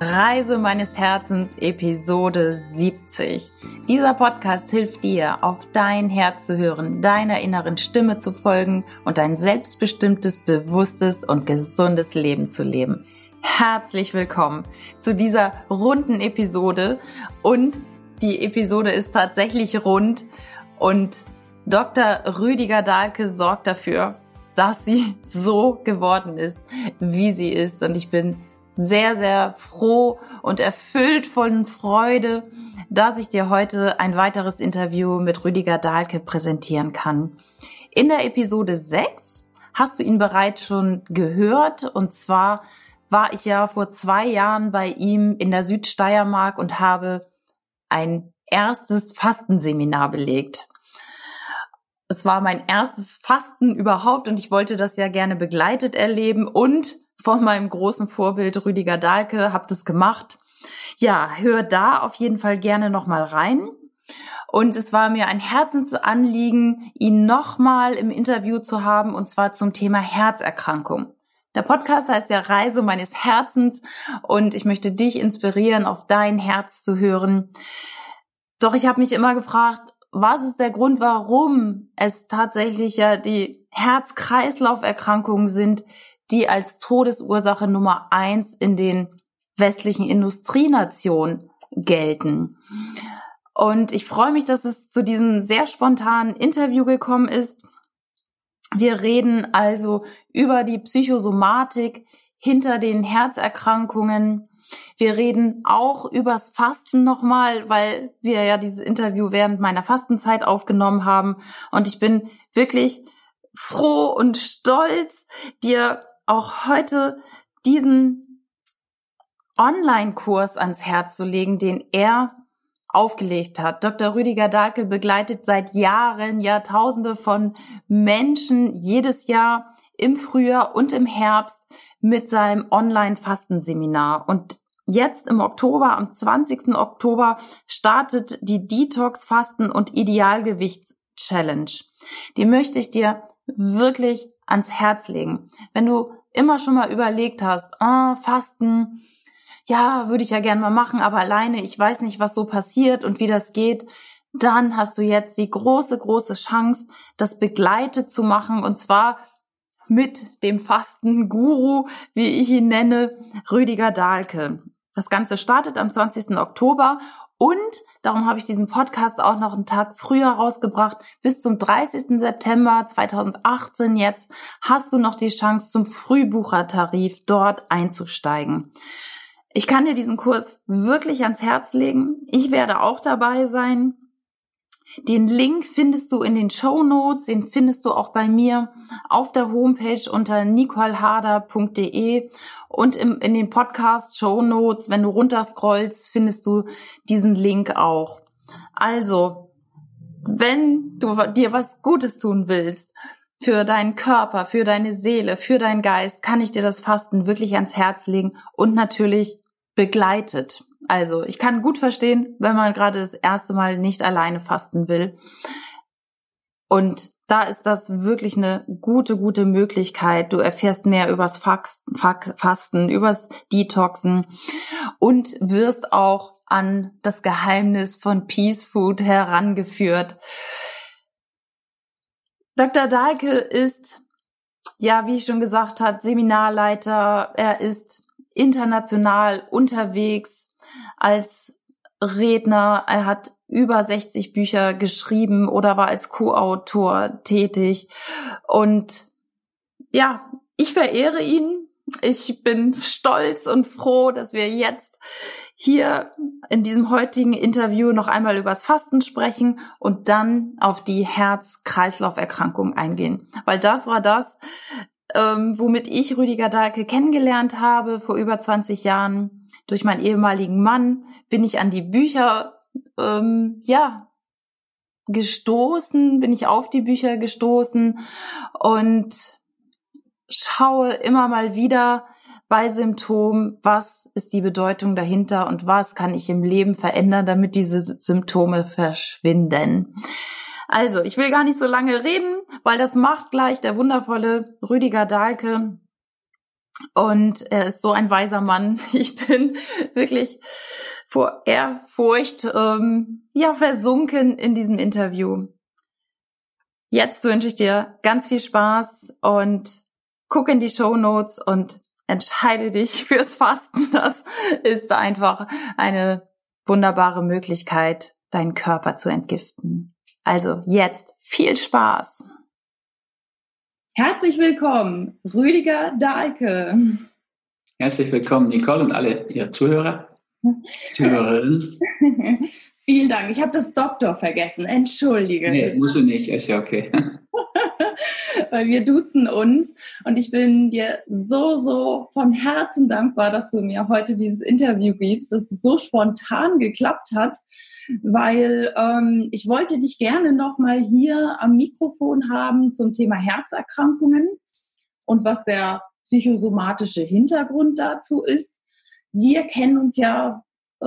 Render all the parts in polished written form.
Reise meines Herzens, Episode 70. Dieser Podcast hilft dir, auf dein Herz zu hören, deiner inneren Stimme zu folgen und ein selbstbestimmtes, bewusstes und gesundes Leben zu leben. Herzlich willkommen zu dieser runden Episode. Und die Episode ist tatsächlich rund und Dr. Rüdiger Dahlke sorgt dafür, dass sie so geworden ist, wie sie ist. Und ich bin sehr, sehr froh und erfüllt von Freude, dass ich dir heute ein weiteres Interview mit Rüdiger Dahlke präsentieren kann. In der Episode 6 hast du ihn bereits schon gehört, und zwar war ich ja vor 2 Jahren bei ihm in der Südsteiermark und habe ein erstes Fastenseminar belegt. Es war mein erstes Fasten überhaupt und ich wollte das ja gerne begleitet erleben und von meinem großen Vorbild Rüdiger Dahlke, habe das gemacht. Ja, hör da auf jeden Fall gerne nochmal rein. Und es war mir ein Herzensanliegen, ihn nochmal im Interview zu haben, und zwar zum Thema Herzerkrankung. Der Podcast heißt ja Reise meines Herzens und ich möchte dich inspirieren, auf dein Herz zu hören. Doch ich habe mich immer gefragt, was ist der Grund, warum es tatsächlich ja die Herz-Kreislauf-Erkrankungen sind, die als Todesursache Nummer 1 in den westlichen Industrienationen gelten. Und ich freue mich, dass es zu diesem sehr spontanen Interview gekommen ist. Wir reden also über die Psychosomatik hinter den Herzerkrankungen. Wir reden auch übers Fasten nochmal, weil wir ja dieses Interview während meiner Fastenzeit aufgenommen haben. Und ich bin wirklich froh und stolz, dir auch heute diesen Online-Kurs ans Herz zu legen, den er aufgelegt hat. Dr. Rüdiger Dahlke begleitet seit Jahren Jahrtausende von Menschen jedes Jahr im Frühjahr und im Herbst mit seinem Online-Fastenseminar. Und jetzt im Oktober, am 20. Oktober, startet die Detox-Fasten- und Idealgewichts-Challenge. Die möchte ich dir wirklich ans Herz legen. Wenn du immer schon mal überlegt hast, Fasten, ja, würde ich ja gerne mal machen, aber alleine, ich weiß nicht, was so passiert und wie das geht, dann hast du jetzt die große, große Chance, das begleitet zu machen, und zwar mit dem Fasten-Guru, wie ich ihn nenne, Rüdiger Dahlke. Das Ganze startet am 20. Oktober und darum habe ich diesen Podcast auch noch einen Tag früher rausgebracht. Bis zum 30. September 2018 jetzt hast du noch die Chance, zum Frühbuchertarif dort einzusteigen. Ich kann dir diesen Kurs wirklich ans Herz legen. Ich werde auch dabei sein. Den Link findest du in den Shownotes, den findest du auch bei mir auf der Homepage unter nicoleharder.de und in den Podcast-Shownotes, wenn du runterscrollst, findest du diesen Link auch. Also, wenn du dir was Gutes tun willst, für deinen Körper, für deine Seele, für deinen Geist, kann ich dir das Fasten wirklich ans Herz legen und natürlich begleitet. Also ich kann gut verstehen, wenn man gerade das erste Mal nicht alleine fasten will. Und da ist das wirklich eine gute Möglichkeit. Du erfährst mehr übers Fasten, übers Detoxen und wirst auch an das Geheimnis von Peace Food herangeführt. Dr. Dahlke ist, ja, wie ich schon gesagt habe, Seminarleiter. Er ist international unterwegs als Redner. Er hat über 60 Bücher geschrieben oder war als Co-Autor tätig. Und ja, ich verehre ihn. Ich bin stolz und froh, dass wir jetzt hier in diesem heutigen Interview noch einmal übers Fasten sprechen und dann auf die Herz-Kreislauf-Erkrankung eingehen. Weil das war das, womit ich Rüdiger Dahlke kennengelernt habe vor über 20 Jahren. Durch meinen ehemaligen Mann bin ich an die Bücher gestoßen, bin ich auf die Bücher gestoßen und schaue immer mal wieder bei Symptomen, was ist die Bedeutung dahinter und was kann ich im Leben verändern, damit diese Symptome verschwinden. Also, ich will gar nicht so lange reden, weil das macht gleich der wundervolle Rüdiger Dahlke. Und er ist so ein weiser Mann. Ich bin wirklich vor Ehrfurcht versunken in diesem Interview. Jetzt wünsche ich dir ganz viel Spaß und guck in die Shownotes und entscheide dich fürs Fasten. Das ist einfach eine wunderbare Möglichkeit, deinen Körper zu entgiften. Also jetzt viel Spaß! Herzlich willkommen, Rüdiger Dahlke. Herzlich willkommen, Nicole und alle Ihre Zuhörerinnen. Vielen Dank. Ich habe das Doktor vergessen. Entschuldige. Nee, muss ich nicht. Ist ja okay. Weil wir duzen uns. Und ich bin dir so von Herzen dankbar, dass du mir heute dieses Interview gibst, dass es so spontan geklappt hat. Weil ich wollte dich gerne nochmal hier am Mikrofon haben zum Thema Herzerkrankungen und was der psychosomatische Hintergrund dazu ist. Wir kennen uns ja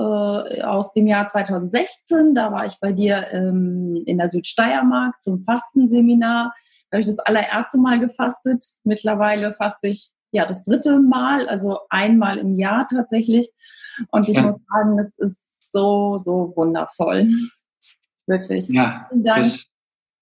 aus dem Jahr 2016. Da war ich bei dir in der Südsteiermark zum Fastenseminar. Da habe ich das allererste Mal gefastet. Mittlerweile faste ich das 3. Mal, also einmal im Jahr tatsächlich. Und ich muss sagen, es ist so wundervoll. Wirklich. Ja, das ist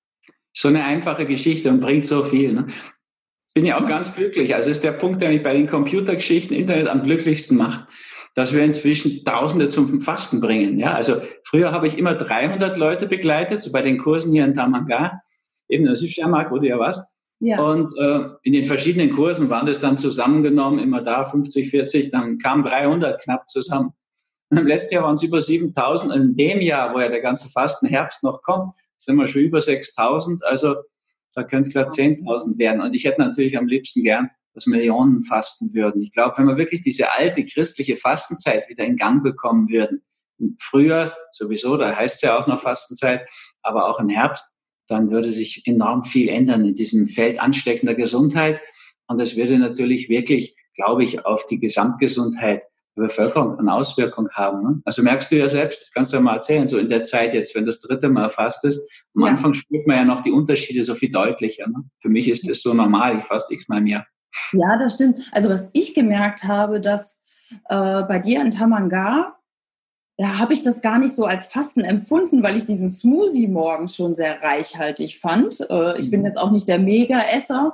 so eine einfache Geschichte und bringt so viel. Ne? Bin ja auch ganz glücklich. Also ist der Punkt, der mich bei den Computergeschichten Internet am glücklichsten macht, dass wir inzwischen Tausende zum Fasten bringen. Ja, also früher habe ich immer 300 Leute begleitet, so bei den Kursen hier in Tamanga, eben in der Südsteiermark, wo du ja warst. Ja. Und in den verschiedenen Kursen waren das dann zusammengenommen, immer da 50, 40, dann kamen 300 knapp zusammen. Und im letzten Jahr waren es über 7.000. Und in dem Jahr, wo ja der ganze Fastenherbst noch kommt, sind wir schon über 6.000. Also da können es klar 10.000 werden. Und ich hätte natürlich am liebsten gern, dass Millionen fasten würden. Ich glaube, wenn wir wirklich diese alte christliche Fastenzeit wieder in Gang bekommen würden, früher sowieso, da heißt es ja auch noch Fastenzeit, aber auch im Herbst, dann würde sich enorm viel ändern in diesem Feld ansteckender Gesundheit. Und das würde natürlich wirklich, glaube ich, auf die Gesamtgesundheit der Bevölkerung eine Auswirkung haben. Ne? Also merkst du ja selbst, kannst du ja mal erzählen, so in der Zeit jetzt, wenn du das 3. Mal fastest, am Anfang spürt man ja noch die Unterschiede so viel deutlicher. Ne? Für mich ist das so normal, ich faste x-mal im Jahr. Ja, das stimmt. Also was ich gemerkt habe, dass bei dir in Tamanga, da habe ich das gar nicht so als Fasten empfunden, weil ich diesen Smoothie morgens schon sehr reichhaltig fand. Ich bin jetzt auch nicht der Mega-Esser,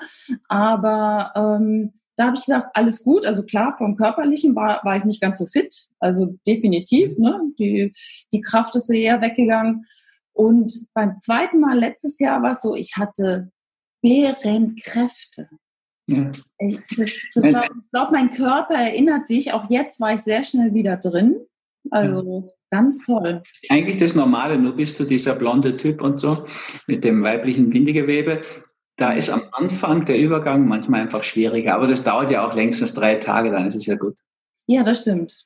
aber da habe ich gedacht, alles gut. Also klar, vom Körperlichen war ich nicht ganz so fit. Also definitiv, ne? Die Kraft ist eher weggegangen. Und beim 2. Mal letztes Jahr war es so, ich hatte Bärenkräfte. Ja. Ich glaube, mein Körper erinnert sich, auch jetzt war ich sehr schnell wieder drin. Also ganz toll. Eigentlich das Normale, nur bist du dieser blonde Typ und so mit dem weiblichen Bindegewebe. Da ist am Anfang der Übergang manchmal einfach schwieriger, aber das dauert ja auch längstens 3 Tage, dann ist es ja gut. Ja, das stimmt.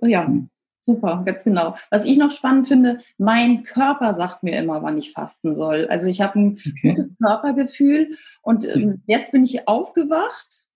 Super, ganz genau. Was ich noch spannend finde, mein Körper sagt mir immer, wann ich fasten soll. Also ich habe ein gutes Körpergefühl und jetzt bin ich aufgewacht,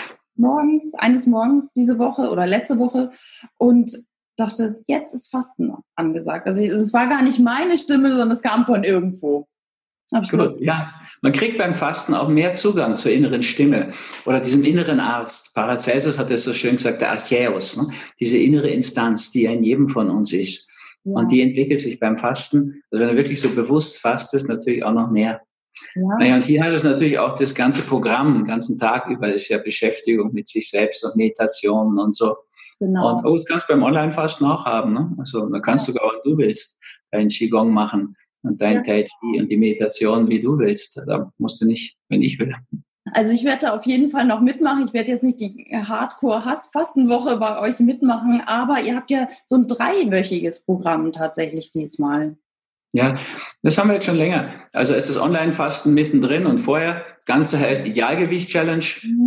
eines Morgens diese Woche oder letzte Woche und dachte, jetzt ist Fasten angesagt. Also es war gar nicht meine Stimme, sondern es kam von irgendwo. Gut, ja. Man kriegt beim Fasten auch mehr Zugang zur inneren Stimme oder diesem inneren Arzt. Paracelsus hat das so schön gesagt, der Archäus, ne? Diese innere Instanz, die ja in jedem von uns ist. Ja. Und die entwickelt sich beim Fasten, also wenn du wirklich so bewusst fastest, natürlich auch noch mehr. Ja. Naja, und hier hat es natürlich auch das ganze Programm, den ganzen Tag über ist ja Beschäftigung mit sich selbst und Meditationen und so. Genau. Und das kannst du beim Online-Fasten auch haben. Ne? Also da kannst du sogar, wenn du willst, deinen Qigong machen. Und dein Tai Chi und die Meditation, wie du willst. Da musst du nicht, wenn ich will. Also ich werde da auf jeden Fall noch mitmachen. Ich werde jetzt nicht die Hardcore-Fastenwoche bei euch mitmachen, aber ihr habt ja so ein 3-wöchiges Programm tatsächlich diesmal. Ja, das haben wir jetzt schon länger. Also ist das Online-Fasten mittendrin und vorher. Das Ganze heißt Idealgewicht-Challenge.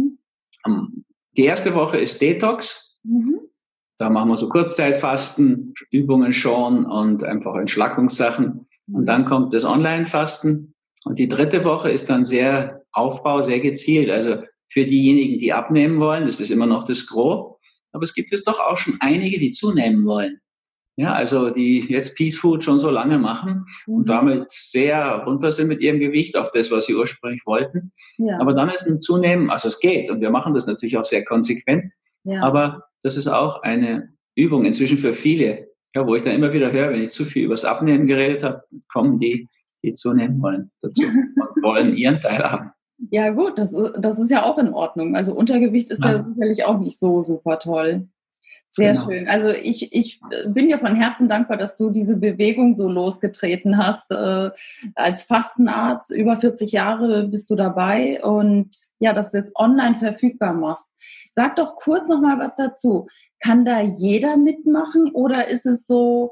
Die erste Woche ist Detox. Da machen wir so Kurzzeitfasten, Übungen schon und einfach Entschlackungssachen. Und dann kommt das Online-Fasten. Und die 3. Woche ist dann sehr Aufbau, sehr gezielt. Also für diejenigen, die abnehmen wollen, das ist immer noch das Gros. Aber es gibt doch auch schon einige, die zunehmen wollen. ja, also die jetzt Peace Food schon so lange machen und damit sehr runter sind mit ihrem Gewicht auf das, was sie ursprünglich wollten. Ja. Aber dann ist ein Zunehmen, also es geht und wir machen das natürlich auch sehr konsequent, aber das ist auch eine Übung inzwischen für viele, ja, wo ich dann immer wieder höre, wenn ich zu viel übers Abnehmen geredet habe, kommen die zunehmen wollen dazu und wollen ihren Teil haben. Ja gut, das ist ja auch in Ordnung. Also Untergewicht ist ja sicherlich auch nicht so super toll. Sehr schön. Also ich bin ja von Herzen dankbar, dass du diese Bewegung so losgetreten hast. Als Fastenarzt, über 40 Jahre bist du dabei und ja, dass du jetzt online verfügbar machst. Sag doch kurz noch mal was dazu. Kann da jeder mitmachen oder ist es so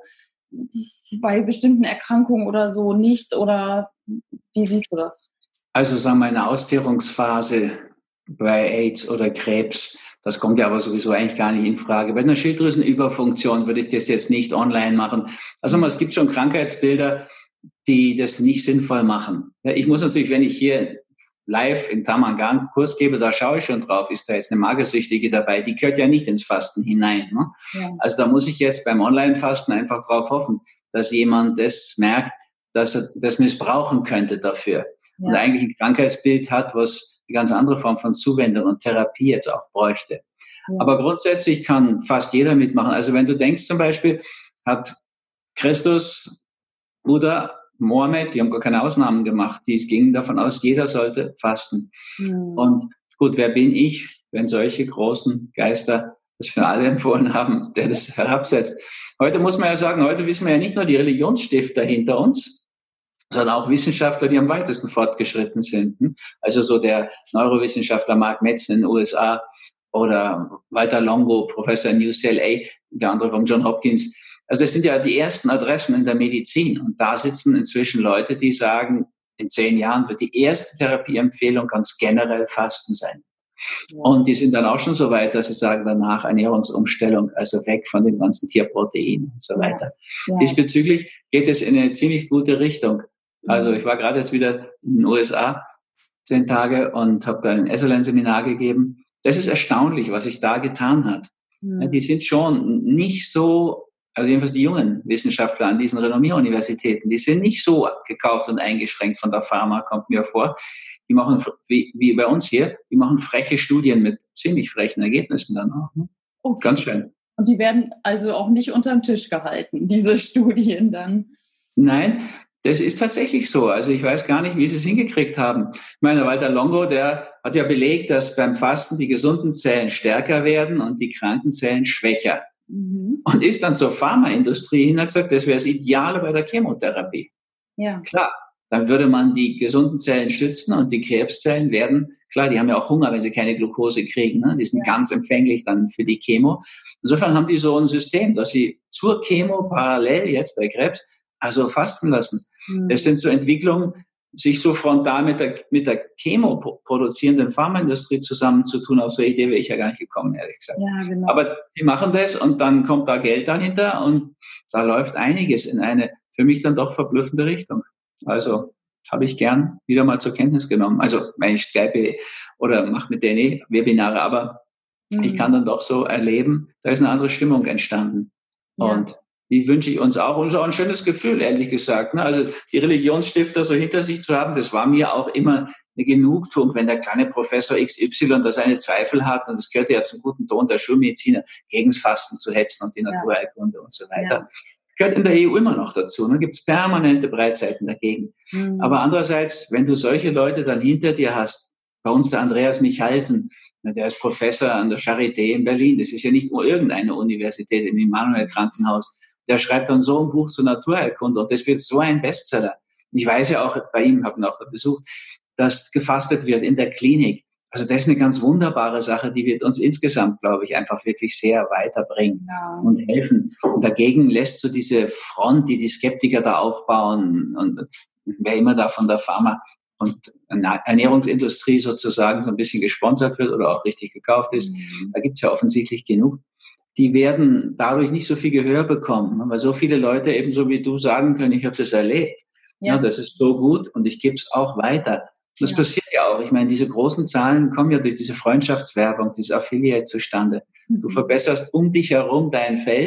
bei bestimmten Erkrankungen oder so nicht? Oder wie siehst du das? Also sagen wir, eine Austeerungsphase bei AIDS oder Krebs, das kommt ja aber sowieso eigentlich gar nicht in Frage. Bei einer Schilddrüsenüberfunktion würde ich das jetzt nicht online machen. Also es gibt schon Krankheitsbilder, die das nicht sinnvoll machen. Ja, ich muss natürlich, wenn ich hier live in Tamangan Kurs gebe, da schaue ich schon drauf, ist da jetzt eine Magersüchtige dabei? Die gehört ja nicht ins Fasten hinein. Ne? Ja. Also da muss ich jetzt beim Online-Fasten einfach drauf hoffen, dass jemand das merkt, dass er das missbrauchen könnte dafür. Ja. Und eigentlich ein Krankheitsbild hat, was eine ganz andere Form von Zuwendung und Therapie jetzt auch bräuchte. Ja. Aber grundsätzlich kann fast jeder mitmachen. Also wenn du denkst zum Beispiel, hat Christus, Buddha, Mohammed, die haben gar keine Ausnahmen gemacht. Die gingen davon aus, jeder sollte fasten. Mhm. Und gut, wer bin ich, wenn solche großen Geister das für alle empfohlen haben, der das herabsetzt? Heute muss man ja sagen, heute wissen wir ja nicht nur die Religionsstifter hinter uns, sondern auch Wissenschaftler, die am weitesten fortgeschritten sind. Also so der Neurowissenschaftler Mark Metzen in den USA oder Walter Longo, Professor in UCLA, der andere vom John Hopkins. Also das sind ja die ersten Adressen in der Medizin. Und da sitzen inzwischen Leute, die sagen, in 10 Jahren wird die erste Therapieempfehlung ganz generell Fasten sein. Ja. Und die sind dann auch schon so weit, dass sie sagen, danach Ernährungsumstellung, also weg von dem ganzen Tierprotein und so weiter. Ja. Diesbezüglich geht es in eine ziemlich gute Richtung. Also ich war gerade jetzt wieder in den USA 10 Tage und habe da ein Esalen-Seminar gegeben. Das ist erstaunlich, was sich da getan hat. Ja. Die sind schon nicht so, also jedenfalls die jungen Wissenschaftler an diesen Renommier-Universitäten, die sind nicht so gekauft und eingeschränkt von der Pharma, kommt mir vor. Die machen, wie bei uns hier, die machen freche Studien mit ziemlich frechen Ergebnissen dann auch. Ne? Okay. Ganz schön. Und die werden also auch nicht unterm Tisch gehalten, diese Studien dann? Nein, das ist tatsächlich so. Also ich weiß gar nicht, wie sie es hingekriegt haben. Ich meine, Walter Longo, der hat ja belegt, dass beim Fasten die gesunden Zellen stärker werden und die kranken Zellen schwächer. Mhm. Und ist dann zur Pharmaindustrie hin und hat gesagt, das wäre das Ideale bei der Chemotherapie. Ja. Klar, dann würde man die gesunden Zellen schützen und die Krebszellen werden, klar, die haben ja auch Hunger, wenn sie keine Glucose kriegen, ne? Die sind ganz empfänglich dann für die Chemo. Insofern haben die so ein System, dass sie zur Chemo parallel jetzt bei Krebs also fasten lassen. Mhm. Das sind so Entwicklungen, sich so frontal mit der Chemo produzierenden Pharmaindustrie zusammenzutun. Auf so eine Idee wäre ich ja gar nicht gekommen, ehrlich gesagt. Ja, genau. Aber die machen das und dann kommt da Geld dahinter und da läuft einiges in eine für mich dann doch verblüffende Richtung. Also habe ich gern wieder mal zur Kenntnis genommen. Also wenn ich Skype oder mache mit denen Webinare, aber ich kann dann doch so erleben, da ist eine andere Stimmung entstanden. Ja. Und die wünsche ich uns auch. Und es ist auch ein schönes Gefühl, ehrlich gesagt. Ne? Also die Religionsstifter so hinter sich zu haben, das war mir auch immer eine Genugtuung, wenn der kleine Professor XY da seine Zweifel hat. Und es gehört ja zum guten Ton der Schulmediziner, gegen das Fasten zu hetzen und die Naturheilkunde und so weiter. Ja. Gehört in der EU immer noch dazu. Ne? Gibt es permanente Breitseiten dagegen. Mhm. Aber andererseits, wenn du solche Leute dann hinter dir hast, bei uns der Andreas Michalsen, der ist Professor an der Charité in Berlin. Das ist ja nicht nur irgendeine Universität im Immanuel-Krankenhaus. Der schreibt dann so ein Buch zur Naturheilkunde und das wird so ein Bestseller. Ich weiß ja auch, bei ihm, habe ihn auch besucht, dass gefastet wird in der Klinik. Also das ist eine ganz wunderbare Sache, die wird uns insgesamt, glaube ich, einfach wirklich sehr weiterbringen und helfen. Und dagegen lässt so diese Front, die Skeptiker da aufbauen und wer immer da von der Pharma und Ernährungsindustrie sozusagen so ein bisschen gesponsert wird oder auch richtig gekauft ist, da gibt's ja offensichtlich genug. Die werden dadurch nicht so viel Gehör bekommen, weil so viele Leute eben so wie du sagen können, ich habe das erlebt. Ja, das ist so gut und ich gebe es auch weiter. Das passiert ja auch. Ich meine, diese großen Zahlen kommen ja durch diese Freundschaftswerbung, diese Affiliate zustande. Du verbesserst um dich herum dein Feld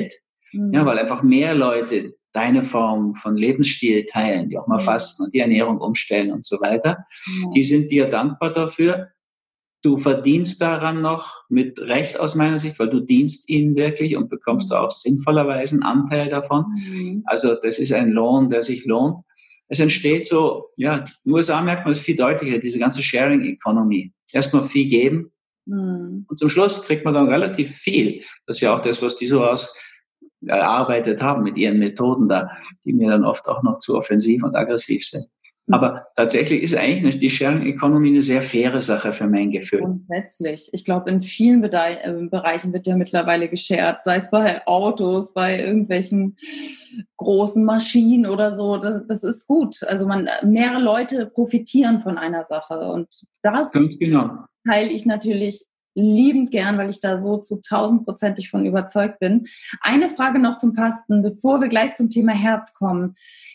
Ja, weil einfach mehr Leute deine Form von Lebensstil teilen, die auch mal fasten und die Ernährung umstellen und so weiter. Die sind dir dankbar dafür. Du verdienst daran noch mit Recht aus meiner Sicht, weil du dienst ihnen wirklich und bekommst auch sinnvollerweise einen Anteil davon. Also das ist ein Lohn, der sich lohnt. Es entsteht so, ja, in den USA merkt man es viel deutlicher, diese ganze Sharing Economy. Erstmal viel geben und zum Schluss kriegt man dann relativ viel. Das ist ja auch das, was die so erarbeitet haben mit ihren Methoden da, die mir dann oft auch noch zu offensiv und aggressiv sind. Aber tatsächlich ist eigentlich die Sharing Economy eine sehr faire Sache für mein Gefühl. Grundsätzlich. Ich glaube, in vielen Bereichen wird ja mittlerweile geshared, sei es bei Autos, bei irgendwelchen großen Maschinen oder so. Das ist gut. Also mehrere Leute profitieren von einer Sache und das teile ich natürlich liebend gern, weil ich da so zu 1000%ig von überzeugt bin. Eine Frage noch zum Fasten, bevor wir gleich zum Thema Herz kommen.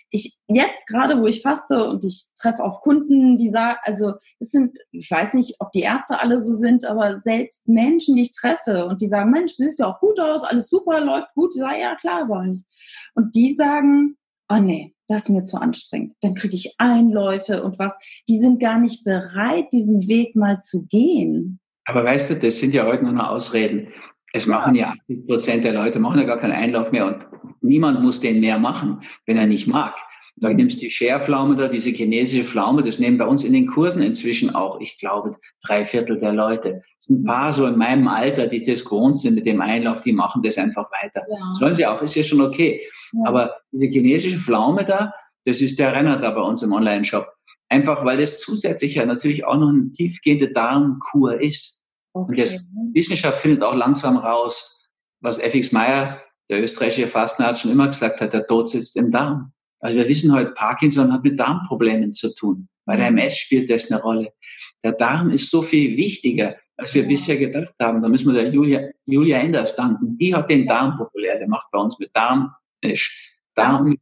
Jetzt gerade, wo ich faste und ich treffe auf Kunden, die sagen, also ich weiß nicht, ob die Ärzte alle so sind, aber selbst Menschen, die ich treffe und die sagen, Mensch, du siehst ja auch gut aus, alles super, läuft gut. Ich sage, ja klar, sage ich. Und die sagen, oh nee, das ist mir zu anstrengend. Dann kriege ich Einläufe und was. Die sind gar nicht bereit, diesen Weg mal zu gehen. Aber weißt du, das sind ja heute nur noch Ausreden. Es machen ja 80% der Leute machen ja gar keinen Einlauf mehr und niemand muss den mehr machen, wenn er nicht mag. Da nimmst du die Scherpflaume da, diese chinesische Pflaume, das nehmen bei uns in den Kursen inzwischen auch, ich glaube, 3/4 der Leute. Es sind ein paar so in meinem Alter, die das gewohnt sind mit dem Einlauf, die machen das einfach weiter. Ja. Sollen sie auch, ist ja schon okay. Ja. Aber diese chinesische Pflaume da, das ist der Renner da bei uns im Online-Shop. Einfach, weil das zusätzlich ja natürlich auch noch eine tiefgehende Darmkur ist. Okay. Und das Wissenschaft findet auch langsam raus, was F.X. Meyer, der österreichische Fastenarzt, schon immer gesagt hat, der Tod sitzt im Darm. Also wir wissen heute, Parkinson hat mit Darmproblemen zu tun. Bei der MS spielt das eine Rolle. Der Darm ist so viel wichtiger, als wir bisher gedacht haben. Da müssen wir der Julia Enders danken. Die hat den Darm populär gemacht bei uns mit Darm mit Charme,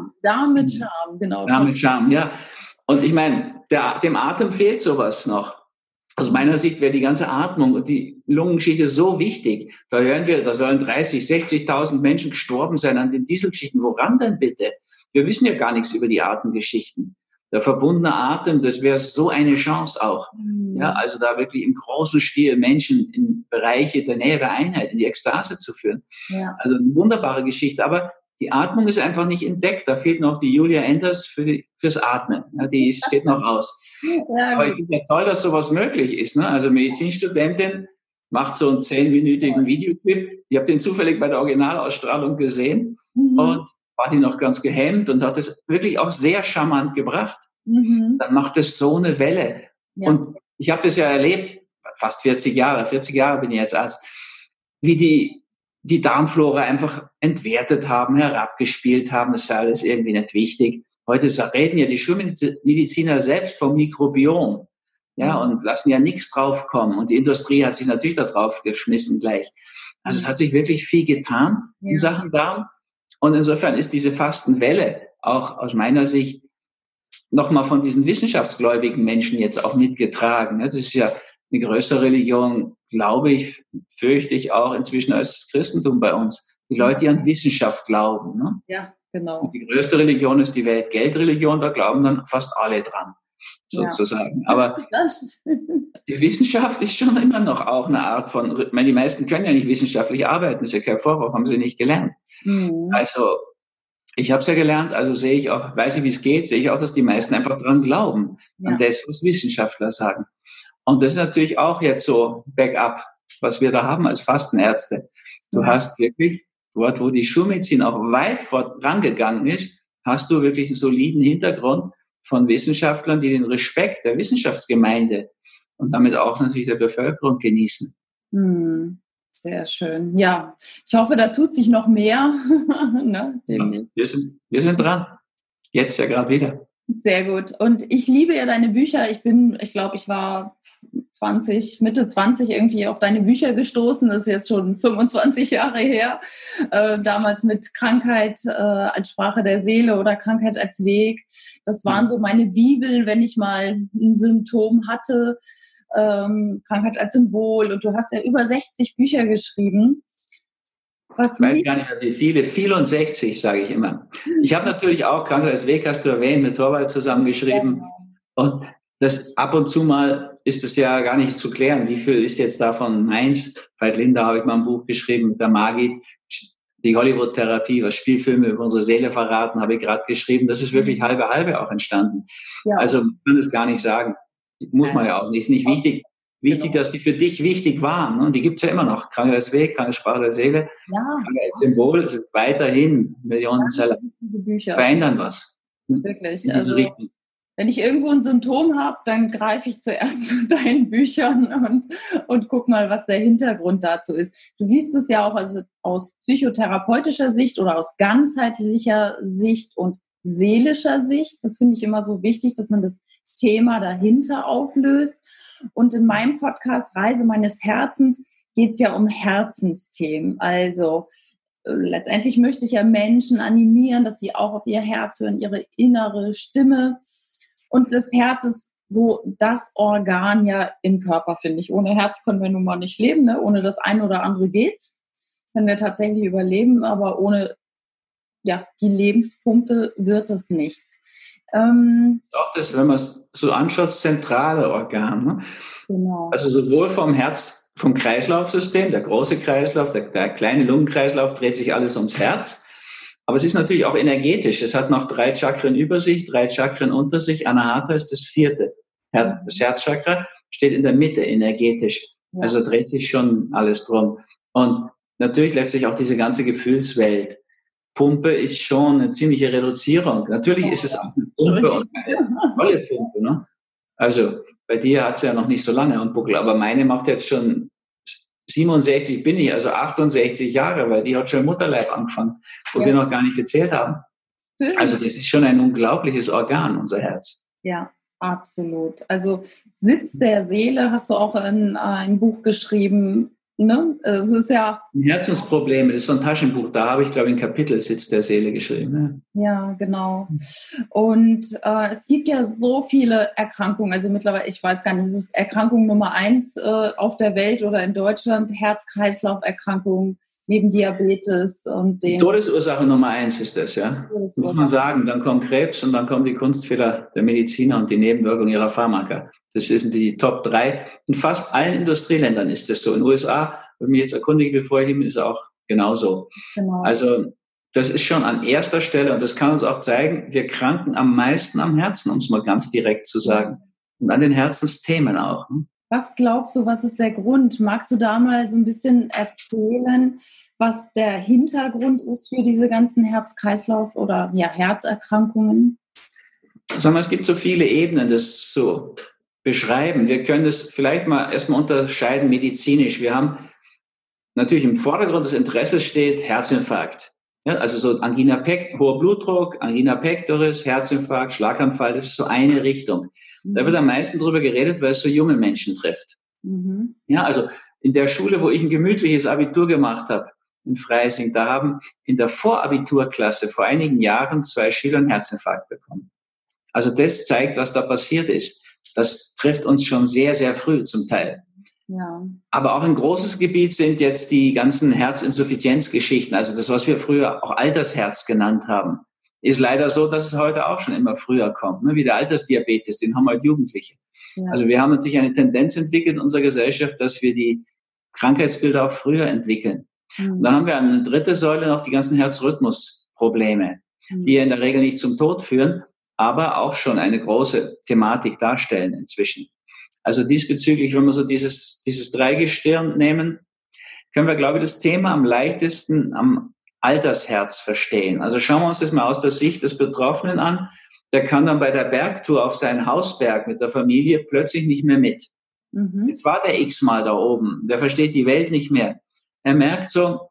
genau. Darm mit Charme, ja. Und ich meine, dem Atem fehlt sowas noch. Aus meiner Sicht wäre die ganze Atmung und die Lungengeschichte so wichtig. Da hören wir, da sollen 30, 60.000 Menschen gestorben sein an den Dieselgeschichten. Woran denn bitte? Wir wissen ja gar nichts über die Atemgeschichten. Der verbundene Atem, das wäre so eine Chance auch. Ja, also da wirklich im großen Stil Menschen in Bereiche der Nähe der Einheit, in die Ekstase zu führen. Ja. Also eine wunderbare Geschichte. Aber die Atmung ist einfach nicht entdeckt. Da fehlt noch die Julia Enders fürs Atmen. Ja, die steht noch aus. Ja, aber ich finde ja toll, dass sowas möglich ist. Ne? Also Medizinstudentin macht so einen 10-minütigen Videoclip. Ich habe den zufällig bei der Originalausstrahlung gesehen und war die noch ganz gehemmt und hat es wirklich auch sehr charmant gebracht. Dann macht es so eine Welle. Ja. Und ich habe das ja erlebt, fast 40 Jahre bin ich jetzt Arzt, wie die Darmflora einfach entwertet haben, herabgespielt haben. Das ist alles irgendwie nicht wichtig. Heute reden ja die Schulmediziner selbst vom Mikrobiom, ja, und lassen ja nichts draufkommen. Und die Industrie hat sich natürlich da drauf geschmissen gleich. Also es hat sich wirklich viel getan in Sachen Darm. Und insofern ist diese Fastenwelle auch aus meiner Sicht nochmal von diesen wissenschaftsgläubigen Menschen jetzt auch mitgetragen. Das ist ja eine größere Religion, glaube ich, fürchte ich auch inzwischen als das Christentum bei uns. Die Leute, die an Wissenschaft glauben. Ne? Ja. Genau. Und die größte Religion ist die Weltgeldreligion, da glauben dann fast alle dran, sozusagen. Ja. Aber die Wissenschaft ist schon immer noch auch eine Art von, ich meine, die meisten können ja nicht wissenschaftlich arbeiten, ist ja kein Vorwurf, haben sie nicht gelernt. Also, ich habe es ja gelernt, also weiß ich, wie es geht, sehe ich auch, dass die meisten einfach dran glauben, an das, was Wissenschaftler sagen. Und das ist natürlich auch jetzt so Backup, was wir da haben als Fastenärzte. Du hast wirklich dort, wo die Schulmedizin auch weit vorangegangen ist, hast du wirklich einen soliden Hintergrund von Wissenschaftlern, die den Respekt der Wissenschaftsgemeinde und damit auch natürlich der Bevölkerung genießen. Sehr schön. Ja, ich hoffe, da tut sich noch mehr. Ne? Wir sind dran. Jetzt ja gerade wieder. Sehr gut. Und ich liebe ja deine Bücher. Ich glaube, ich war Mitte 20 irgendwie auf deine Bücher gestoßen. Das ist jetzt schon 25 Jahre her. Damals mit Krankheit als Sprache der Seele oder Krankheit als Weg. Das waren so meine Bibel, wenn ich mal ein Symptom hatte. Krankheit als Symbol. Und du hast ja über 60 Bücher geschrieben. Was ich weiß gar nicht mehr, wie viele, 64, sage ich immer. Ich habe natürlich auch Krankheits Weg, hast du erwähnt, mit Torvald zusammengeschrieben. Ja. Und das ab und zu mal ist es ja gar nicht zu klären, wie viel ist jetzt davon meins. Veit Lindau habe ich mal ein Buch geschrieben mit der Margit, die Hollywood-Therapie, was Spielfilme über unsere Seele verraten, habe ich gerade geschrieben. Das ist wirklich halbe auch entstanden. Ja. Also man kann es gar nicht sagen. Muss man ja auch nicht. Ist nicht wichtig. Wichtig, dass die für dich wichtig waren. Und die gibt es ja immer noch. Krankheitsweg, Krankheitssprache der Seele, Krankheitssymbol sind weiterhin Millionen Zeller. Verändern was. Wirklich. Also, wenn ich irgendwo ein Symptom habe, dann greife ich zuerst zu deinen Büchern und guck mal, was der Hintergrund dazu ist. Du siehst es ja auch also aus psychotherapeutischer Sicht oder aus ganzheitlicher Sicht und seelischer Sicht. Das finde ich immer so wichtig, dass man das Thema dahinter auflöst. Und in meinem Podcast Reise meines Herzens geht es ja um Herzensthemen. Also letztendlich möchte ich ja Menschen animieren, dass sie auch auf ihr Herz hören, ihre innere Stimme. Und das Herz ist so das Organ ja im Körper, finde ich. Ohne Herz können wir nun mal nicht leben, ne? Ohne das eine oder andere geht's. Können wir tatsächlich überleben, aber ohne die Lebenspumpe wird es nichts. Auch das, wenn man es so anschaut, das zentrale Organ. Ne? Genau. Also sowohl vom Herz, vom Kreislaufsystem, der große Kreislauf, der kleine Lungenkreislauf, dreht sich alles ums Herz. Aber es ist natürlich auch energetisch. Es hat noch 3 Chakren über sich, 3 Chakren unter sich. Anahata ist das 4. Das Herzchakra steht in der Mitte energetisch. Ja. Also dreht sich schon alles drum. Und natürlich lässt sich auch diese ganze Gefühlswelt. Pumpe ist schon eine ziemliche Reduzierung. Natürlich ist es auch eine Pumpe und eine tolle Pumpe. Ne? Also bei dir hat es ja noch nicht so lange einen Buckel, aber meine macht jetzt schon 67 bin ich, also 68 Jahre, weil die hat schon im Mutterleib angefangen, wo wir noch gar nicht gezählt haben. Also das ist schon ein unglaubliches Organ, unser Herz. Ja, absolut. Also Sitz der Seele hast du auch in ein Buch geschrieben. Ne? Es ist ja Herzensprobleme, das ist so ein Taschenbuch, da habe ich, glaube ich, ein Kapitel Sitz der Seele geschrieben. Ne? Ja, genau. Und es gibt ja so viele Erkrankungen, also mittlerweile, ich weiß gar nicht, es ist Erkrankung Nummer 1 auf der Welt oder in Deutschland, Herz-Kreislauf-Erkrankungen, neben Diabetes und den... Todesursache Nummer 1 ist das, ja. Muss man sagen. Dann kommt Krebs und dann kommen die Kunstfehler der Mediziner und die Nebenwirkungen ihrer Pharmaka. Das sind die Top 3. In fast allen Industrieländern ist das so. In den USA, wenn ich mich jetzt erkundige, bevor ich hin bin, ist es auch genauso. Genau. Also das ist schon an erster Stelle und das kann uns auch zeigen, wir kranken am meisten am Herzen, um es mal ganz direkt zu sagen. Und an den Herzensthemen auch. Ne? Was glaubst du, was ist der Grund? Magst du da mal so ein bisschen erzählen, was der Hintergrund ist für diese ganzen Herz-Kreislauf- oder Herzerkrankungen? Sagen wir, es gibt so viele Ebenen, das zu beschreiben. Wir können das vielleicht mal erstmal unterscheiden medizinisch. Wir haben natürlich im Vordergrund des Interesses steht Herzinfarkt. Ja, also so Angina pectoris, hoher Blutdruck, Angina pectoris, Herzinfarkt, Schlaganfall, das ist so eine Richtung. Da wird am meisten drüber geredet, weil es so junge Menschen trifft. Mhm. Ja, also in der Schule, wo ich ein gemütliches Abitur gemacht habe, in Freising, da haben in der Vorabiturklasse vor einigen Jahren 2 Schüler einen Herzinfarkt bekommen. Also das zeigt, was da passiert ist. Das trifft uns schon sehr, sehr früh zum Teil. Ja. Aber auch ein großes Gebiet sind jetzt die ganzen Herzinsuffizienzgeschichten. Also das, was wir früher auch Altersherz genannt haben, ist leider so, dass es heute auch schon immer früher kommt. Ne? Wie der Altersdiabetes, den haben halt Jugendliche. Ja. Also wir haben natürlich eine Tendenz entwickelt in unserer Gesellschaft, dass wir die Krankheitsbilder auch früher entwickeln. Mhm. Und dann haben wir eine dritte Säule noch die ganzen Herzrhythmusprobleme, die in der Regel nicht zum Tod führen, aber auch schon eine große Thematik darstellen inzwischen. Also diesbezüglich, wenn wir so dieses Dreigestirn nehmen, können wir, glaube ich, das Thema am leichtesten am Altersherz verstehen. Also schauen wir uns das mal aus der Sicht des Betroffenen an. Der kann dann bei der Bergtour auf seinen Hausberg mit der Familie plötzlich nicht mehr mit. Mhm. Jetzt war der x-mal da oben. Der versteht die Welt nicht mehr. Er merkt so,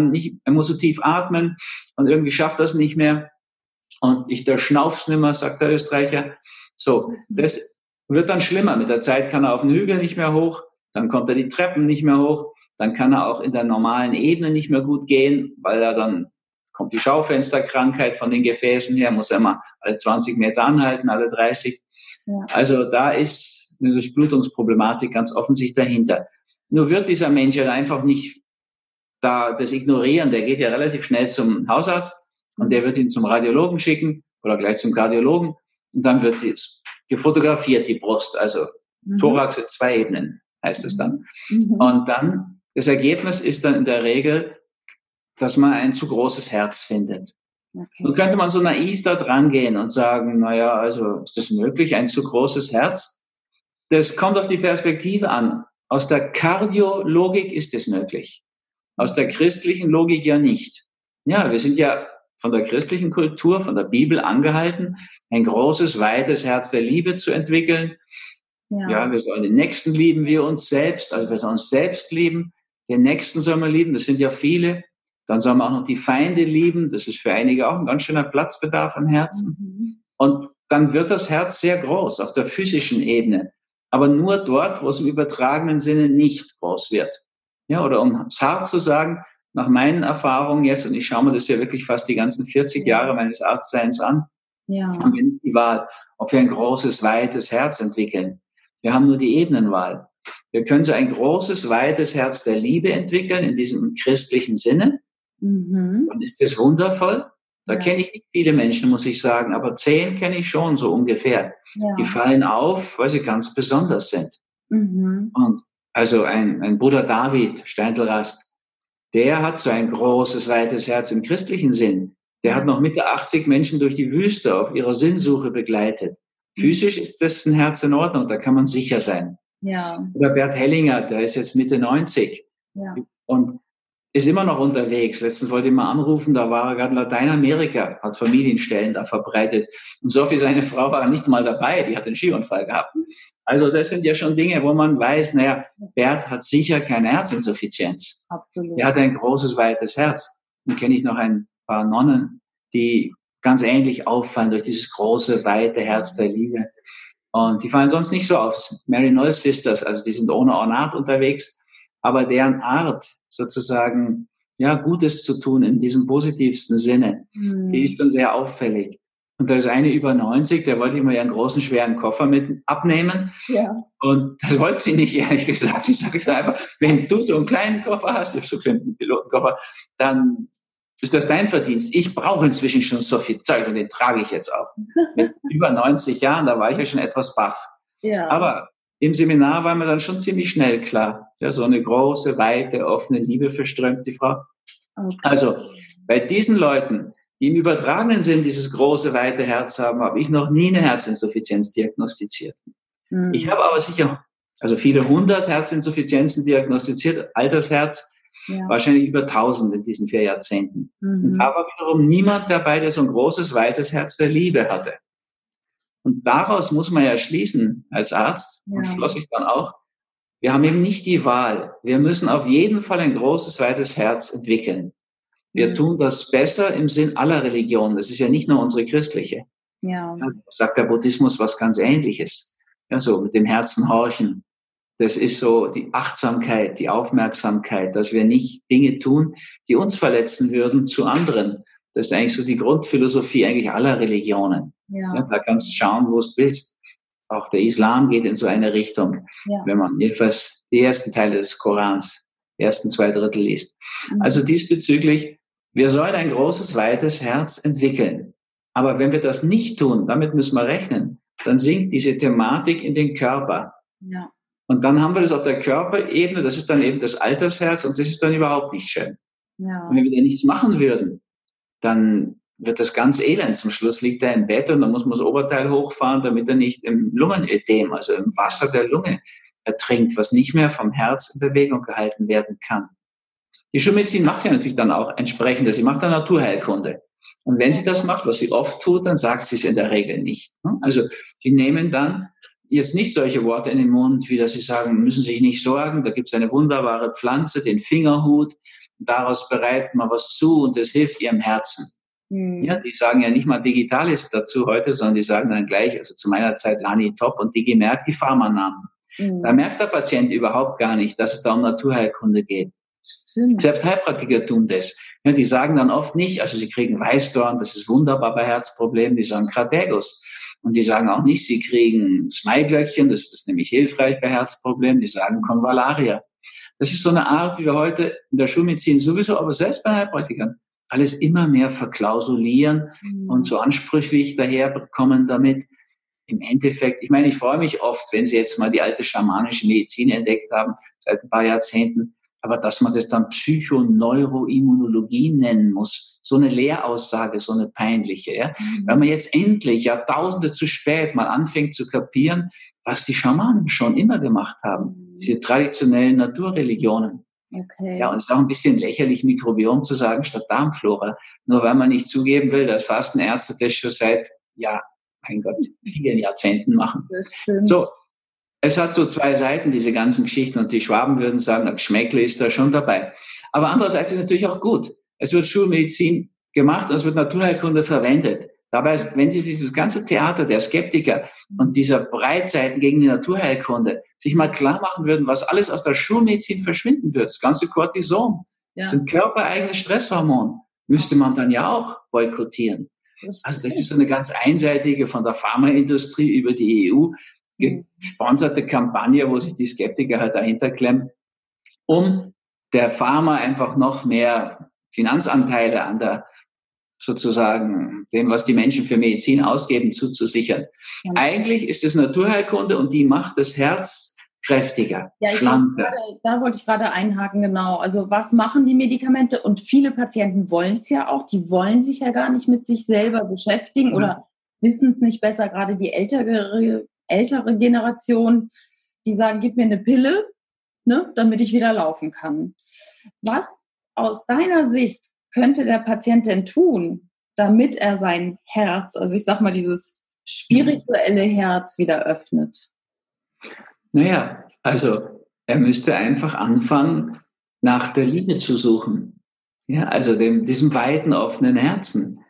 er muss so tief atmen und irgendwie schafft das nicht mehr. Und der schnauf's nimmer, sagt der Österreicher. So, das wird dann schlimmer. Mit der Zeit kann er auf den Hügel nicht mehr hoch, dann kommt er die Treppen nicht mehr hoch, dann kann er auch in der normalen Ebene nicht mehr gut gehen, weil dann kommt die Schaufensterkrankheit von den Gefäßen her, muss er mal alle 20 Meter anhalten, alle 30. Ja. Also da ist eine Durchblutungsproblematik ganz offensichtlich dahinter. Nur wird dieser Mensch halt einfach nicht da das ignorieren, der geht ja relativ schnell zum Hausarzt und der wird ihn zum Radiologen schicken oder gleich zum Kardiologen und dann wird gefotografiert, die Brust, also Thorax in 2 Ebenen heißt es dann. Und dann, das Ergebnis ist dann in der Regel, dass man ein zu großes Herz findet. Okay. Nun könnte man so naiv da dran gehen und sagen, naja, also ist das möglich, ein zu großes Herz? Das kommt auf die Perspektive an. Aus der Kardiologik ist es möglich. Aus der christlichen Logik ja nicht. Ja, wir sind ja von der christlichen Kultur, von der Bibel angehalten, ein großes, weites Herz der Liebe zu entwickeln. Ja, wir sollen den Nächsten lieben, wir uns selbst. Also wir sollen uns selbst lieben. Den Nächsten sollen wir lieben. Das sind ja viele. Dann sollen wir auch noch die Feinde lieben. Das ist für einige auch ein ganz schöner Platzbedarf am Herzen. Und dann wird das Herz sehr groß auf der physischen Ebene. Aber nur dort, wo es im übertragenen Sinne nicht groß wird. Ja, oder um es hart zu sagen, nach meinen Erfahrungen jetzt, und ich schaue mir das ja wirklich fast die ganzen 40 Jahre meines Arztseins an, haben wir nicht die Wahl, ob wir ein großes, weites Herz entwickeln. Wir haben nur die Ebenenwahl. Wir können so ein großes, weites Herz der Liebe entwickeln, in diesem christlichen Sinne. Dann ist das wundervoll. Da kenne ich nicht viele Menschen, muss ich sagen, aber 10 kenne ich schon so ungefähr. Die fallen auf, weil sie ganz besonders sind. Und also ein Bruder David Steindl-Rast, der hat so ein großes, weites Herz im christlichen Sinn. Der hat noch Mitte 80 Menschen durch die Wüste auf ihrer Sinnsuche begleitet. Physisch ist das ein Herz in Ordnung, da kann man sicher sein. Oder Bert Hellinger, der ist jetzt Mitte 90 und ist immer noch unterwegs. Letztens wollte ich mal anrufen, da war er gerade in Lateinamerika, hat Familienstellen da verbreitet. Und Sophie, seine Frau, war nicht mal dabei, die hat einen Skiunfall gehabt. Also das sind ja schon Dinge, wo man weiß, naja, Bert hat sicher keine Herzinsuffizienz. Absolut. Er hat ein großes, weites Herz. Dann kenne ich noch ein paar Nonnen, die ganz ähnlich auffallen durch dieses große, weite Herz der Liebe. Und die fallen sonst nicht so auf. Mary Noll Sisters, also die sind ohne Ornat unterwegs, aber deren Art sozusagen, ja, Gutes zu tun in diesem positivsten Sinne, die ist schon sehr auffällig. Und da ist eine über 90, der wollte immer ihren großen, schweren Koffer mit abnehmen. Und das wollte sie nicht, ehrlich gesagt. Sie sagt einfach, wenn du so einen kleinen Koffer hast, so einen kleinen Pilotenkoffer, dann ist das dein Verdienst. Ich brauche inzwischen schon so viel Zeug und den trage ich jetzt auch. Mit über 90 Jahren, da war ich ja schon etwas baff. Aber im Seminar war mir dann schon ziemlich schnell klar, ja, so eine große, weite, offene Liebe verströmt die Frau. Also bei diesen Leuten, die im übertragenen Sinn dieses große, weite Herz haben, habe ich noch nie eine Herzinsuffizienz diagnostiziert. Ich habe aber sicher, also viele 100 Herzinsuffizienzen diagnostiziert, Altersherz, wahrscheinlich über 1000 in diesen 4 Jahrzehnten. Und da war wiederum niemand dabei, der so ein großes, weites Herz der Liebe hatte. Und daraus muss man ja schließen als Arzt, und schloss ich dann auch, wir haben eben nicht die Wahl. Wir müssen auf jeden Fall ein großes, weites Herz entwickeln. Wir tun das besser im Sinn aller Religionen. Das ist ja nicht nur unsere christliche. Sagt der Buddhismus was ganz Ähnliches. Ja, so mit dem Herzen horchen. Das ist so die Achtsamkeit, die Aufmerksamkeit, dass wir nicht Dinge tun, die uns verletzen würden zu anderen. Das ist eigentlich so die Grundphilosophie eigentlich aller Religionen. Ja, da kannst du schauen, wo du willst. Auch der Islam geht in so eine Richtung, wenn man jedenfalls die ersten Teile des Korans, die ersten 2 Drittel liest. Also diesbezüglich, wir sollen ein großes, weites Herz entwickeln. Aber wenn wir das nicht tun, damit müssen wir rechnen, dann sinkt diese Thematik in den Körper. Und dann haben wir das auf der Körperebene, das ist dann eben das Altersherz und das ist dann überhaupt nicht schön. Und wenn wir da nichts machen würden, dann wird das ganz elend. Zum Schluss liegt er im Bett und dann muss man das Oberteil hochfahren, damit er nicht im Lungenödem, also im Wasser der Lunge, ertrinkt, was nicht mehr vom Herz in Bewegung gehalten werden kann. Die Schulmedizin macht ja natürlich dann auch entsprechendes. Sie macht dann Naturheilkunde. Und wenn sie das macht, was sie oft tut, dann sagt sie es in der Regel nicht. Also sie nehmen dann jetzt nicht solche Worte in den Mund, wie dass sie sagen, müssen sich nicht sorgen, da gibt es eine wunderbare Pflanze, den Fingerhut, daraus bereiten wir was zu und das hilft ihrem Herzen. Ja, die sagen ja nicht mal Digitalis dazu heute, sondern die sagen dann gleich, also zu meiner Zeit Lani Top und Digimerk, die Pharmanamen. Da merkt der Patient überhaupt gar nicht, dass es da um Naturheilkunde geht. Stimmt. Selbst Heilpraktiker tun das. Ja, die sagen dann oft nicht, also sie kriegen Weißdorn, das ist wunderbar bei Herzproblemen, die sagen Crataegus. Und die sagen auch nicht, sie kriegen Smailglöckchen, das ist nämlich hilfreich bei Herzproblemen, die sagen Convallaria. Das ist so eine Art, wie wir heute in der Schulmedizin sowieso, aber selbst bei Heilpraktikern, alles immer mehr verklausulieren und so ansprüchlich daherkommen damit. Im Endeffekt, ich meine, ich freue mich oft, wenn Sie jetzt mal die alte schamanische Medizin entdeckt haben, seit ein paar Jahrzehnten, aber dass man das dann Psychoneuroimmunologie nennen muss, so eine Lehraussage, so eine peinliche, ja. Weil man jetzt endlich, Jahrtausende zu spät, mal anfängt zu kapieren, was die Schamanen schon immer gemacht haben, diese traditionellen Naturreligionen. Okay. Ja, und es ist auch ein bisschen lächerlich, Mikrobiom zu sagen statt Darmflora, nur weil man nicht zugeben will, dass Fastenärzte das schon seit, mein Gott, vielen Jahrzehnten machen. Das stimmt. So, es hat so zwei Seiten, diese ganzen Geschichten, und die Schwaben würden sagen, ein Geschmäckle ist da schon dabei. Aber andererseits ist es natürlich auch gut. Es wird Schulmedizin gemacht und es wird Naturheilkunde verwendet. Dabei, wenn Sie dieses ganze Theater der Skeptiker und dieser Breitseiten gegen die Naturheilkunde sich mal klar machen würden, was alles aus der Schulmedizin verschwinden wird, das ganze Cortison, das ist ein körpereigenes Stresshormon, müsste man dann ja auch boykottieren. Also das ist so eine ganz einseitige von der Pharmaindustrie über die EU gesponserte Kampagne, wo sich die Skeptiker halt dahinter klemmen, um der Pharma einfach noch mehr Finanzanteile an der sozusagen dem, was die Menschen für Medizin ausgeben, zuzusichern. Ja. Eigentlich ist es Naturheilkunde und die macht das Herz kräftiger, schlanker. Da wollte ich gerade einhaken, genau. Also was machen die Medikamente? Und viele Patienten wollen es ja auch. Die wollen sich ja gar nicht mit sich selber beschäftigen oder wissen es nicht besser. Gerade die ältere Generation, die sagen, gib mir eine Pille, ne, damit ich wieder laufen kann. Was aus deiner Sicht könnte der Patient denn tun, damit er sein Herz, also ich sag mal dieses spirituelle Herz wieder öffnet? Naja, also er müsste einfach anfangen, nach der Liebe zu suchen. Ja, also diesem weiten, offenen Herzen.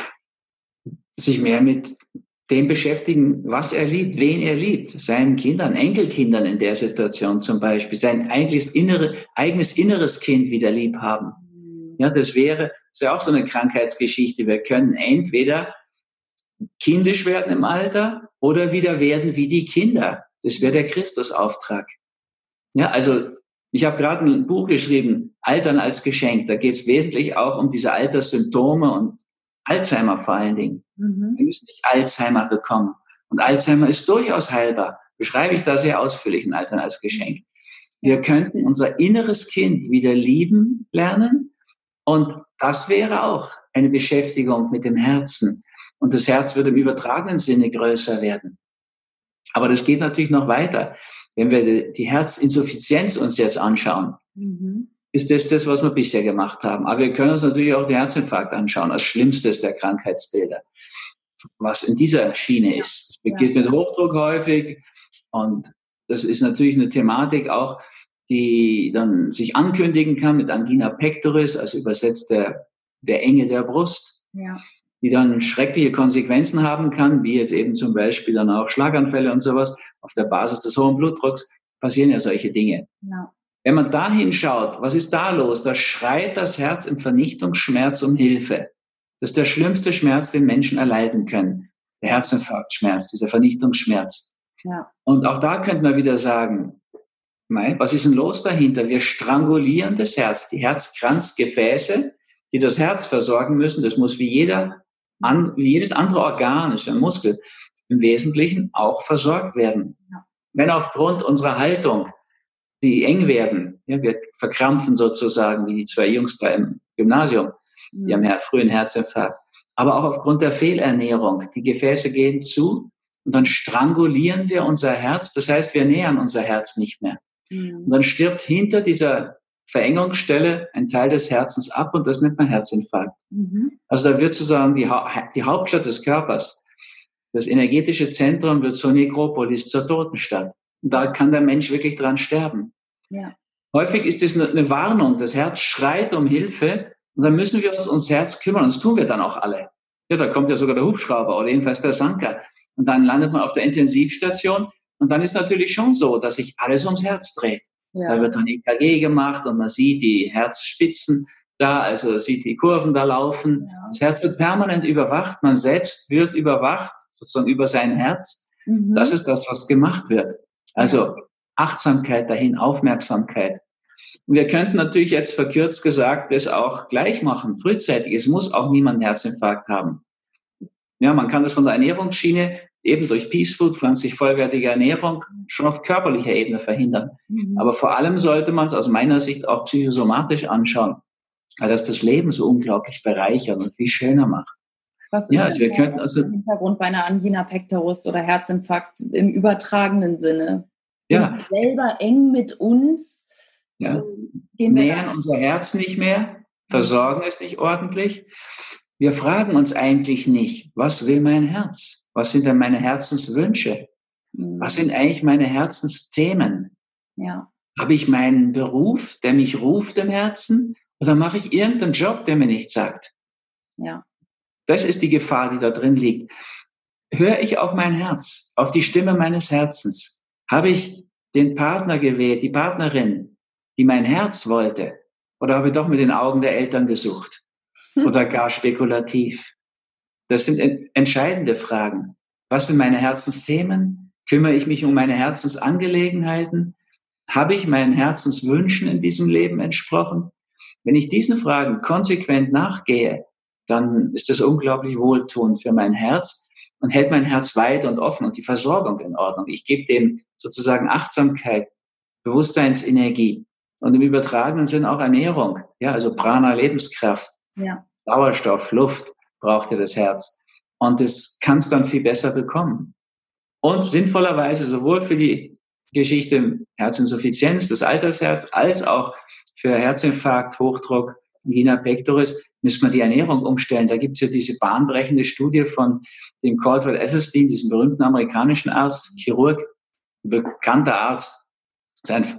Sich mehr mit dem beschäftigen, was er liebt, wen er liebt. Seinen Kindern, Enkelkindern in der Situation zum Beispiel. Sein eigenes inneres Kind wieder lieb haben. Ja, das ist ja auch so eine Krankheitsgeschichte. Wir können entweder kindisch werden im Alter oder wieder werden wie die Kinder. Das wäre der Christusauftrag. Ja, also ich habe gerade ein Buch geschrieben, Altern als Geschenk. Da geht es wesentlich auch um diese Alterssymptome und Alzheimer vor allen Dingen. Wir müssen nicht Alzheimer bekommen. Und Alzheimer ist durchaus heilbar. Beschreibe ich da sehr ausführlich in Altern als Geschenk. Wir könnten unser inneres Kind wieder lieben lernen. Und das wäre auch eine Beschäftigung mit dem Herzen. Und das Herz würde im übertragenen Sinne größer werden. Aber das geht natürlich noch weiter. Wenn wir die Herzinsuffizienz uns jetzt anschauen, ist das, was wir bisher gemacht haben. Aber wir können uns natürlich auch den Herzinfarkt anschauen, als schlimmstes der Krankheitsbilder, was in dieser Schiene ist. Es beginnt mit Hochdruck häufig und das ist natürlich eine Thematik auch, die dann sich ankündigen kann mit Angina pectoris, also übersetzt der Enge der Brust, die dann schreckliche Konsequenzen haben kann, wie jetzt eben zum Beispiel dann auch Schlaganfälle und sowas. Auf der Basis des hohen Blutdrucks passieren ja solche Dinge. Ja. Wenn man da hinschaut, was ist da los? Da schreit das Herz im Vernichtungsschmerz um Hilfe. Das ist der schlimmste Schmerz, den Menschen erleiden können. Der Herzinfarktschmerz, dieser Vernichtungsschmerz. Ja. Und auch da könnte man wieder sagen, was ist denn los dahinter? Wir strangulieren das Herz. Die Herzkranzgefäße, die das Herz versorgen müssen, das muss wie jedes andere Organ, ist ein Muskel, im Wesentlichen auch versorgt werden. Ja. Wenn aufgrund unserer Haltung die eng werden, wir verkrampfen sozusagen, wie die zwei Jungs da im Gymnasium, die haben frühen Herzinfarkt, aber auch aufgrund der Fehlernährung, die Gefäße gehen zu und dann strangulieren wir unser Herz, das heißt, wir nähern unser Herz nicht mehr. Und dann stirbt hinter dieser Verengungsstelle ein Teil des Herzens ab und das nennt man Herzinfarkt. Also da wird sozusagen die Hauptstadt des Körpers, das energetische Zentrum wird zur Nekropolis, zur Totenstadt. Und da kann der Mensch wirklich dran sterben. Ja. Häufig ist es eine Warnung, das Herz schreit um Hilfe und dann müssen wir uns ums Herz kümmern und das tun wir dann auch alle. Ja, da kommt ja sogar der Hubschrauber oder jedenfalls der Sanker und dann landet man auf der Intensivstation. Und dann ist natürlich schon so, dass sich alles ums Herz dreht. Ja. Da wird dann EKG gemacht und man sieht die Herzspitzen da, also sieht die Kurven da laufen. Ja. Das Herz wird permanent überwacht. Man selbst wird überwacht, sozusagen über sein Herz. Das ist das, was gemacht wird. Also Achtsamkeit dahin, Aufmerksamkeit. Und wir könnten natürlich jetzt verkürzt gesagt das auch gleich machen, frühzeitig. Es muss auch niemand einen Herzinfarkt haben. Ja, man kann das von der Ernährungsschiene eben durch Peaceful, pflanzlich vollwertige Ernährung schon auf körperlicher Ebene verhindern. Aber vor allem sollte man es aus meiner Sicht auch psychosomatisch anschauen, weil das Leben so unglaublich bereichert und viel schöner macht. Was ist also der Hintergrund bei einer Angina pectoris oder Herzinfarkt im übertragenen Sinne? Ja. Sind wir selber eng mit uns? Ja. Nähern unser Herz nicht mehr, versorgen es nicht ordentlich. Wir fragen uns eigentlich nicht, was will mein Herz? Was sind denn meine Herzenswünsche? Was sind eigentlich meine Herzensthemen? Ja. Habe ich meinen Beruf, der mich ruft im Herzen? Oder mache ich irgendeinen Job, der mir nichts sagt? Ja. Das ist die Gefahr, die da drin liegt. Höre ich auf mein Herz, auf die Stimme meines Herzens? Habe ich den Partner gewählt, die Partnerin, die mein Herz wollte? Oder habe ich doch mit den Augen der Eltern gesucht? Oder gar spekulativ? Das sind entscheidende Fragen. Was sind meine Herzensthemen? Kümmere ich mich um meine Herzensangelegenheiten? Habe ich meinen Herzenswünschen in diesem Leben entsprochen? Wenn ich diesen Fragen konsequent nachgehe, dann ist das unglaublich wohltuend für mein Herz und hält mein Herz weit und offen und die Versorgung in Ordnung. Ich gebe dem sozusagen Achtsamkeit, Bewusstseinsenergie und im übertragenen Sinn auch Ernährung. Ja, also Prana, Lebenskraft, Sauerstoff, Luft braucht ja das Herz. Und das kann es dann viel besser bekommen. Und sinnvollerweise sowohl für die Geschichte Herzinsuffizienz, das Alltagsherz, als auch für Herzinfarkt, Hochdruck, Angina pectoris, müssen wir die Ernährung umstellen. Da gibt es ja diese bahnbrechende Studie von dem Caldwell Esselstyn, diesem berühmten amerikanischen Arzt, Chirurg, bekannter Arzt. Sein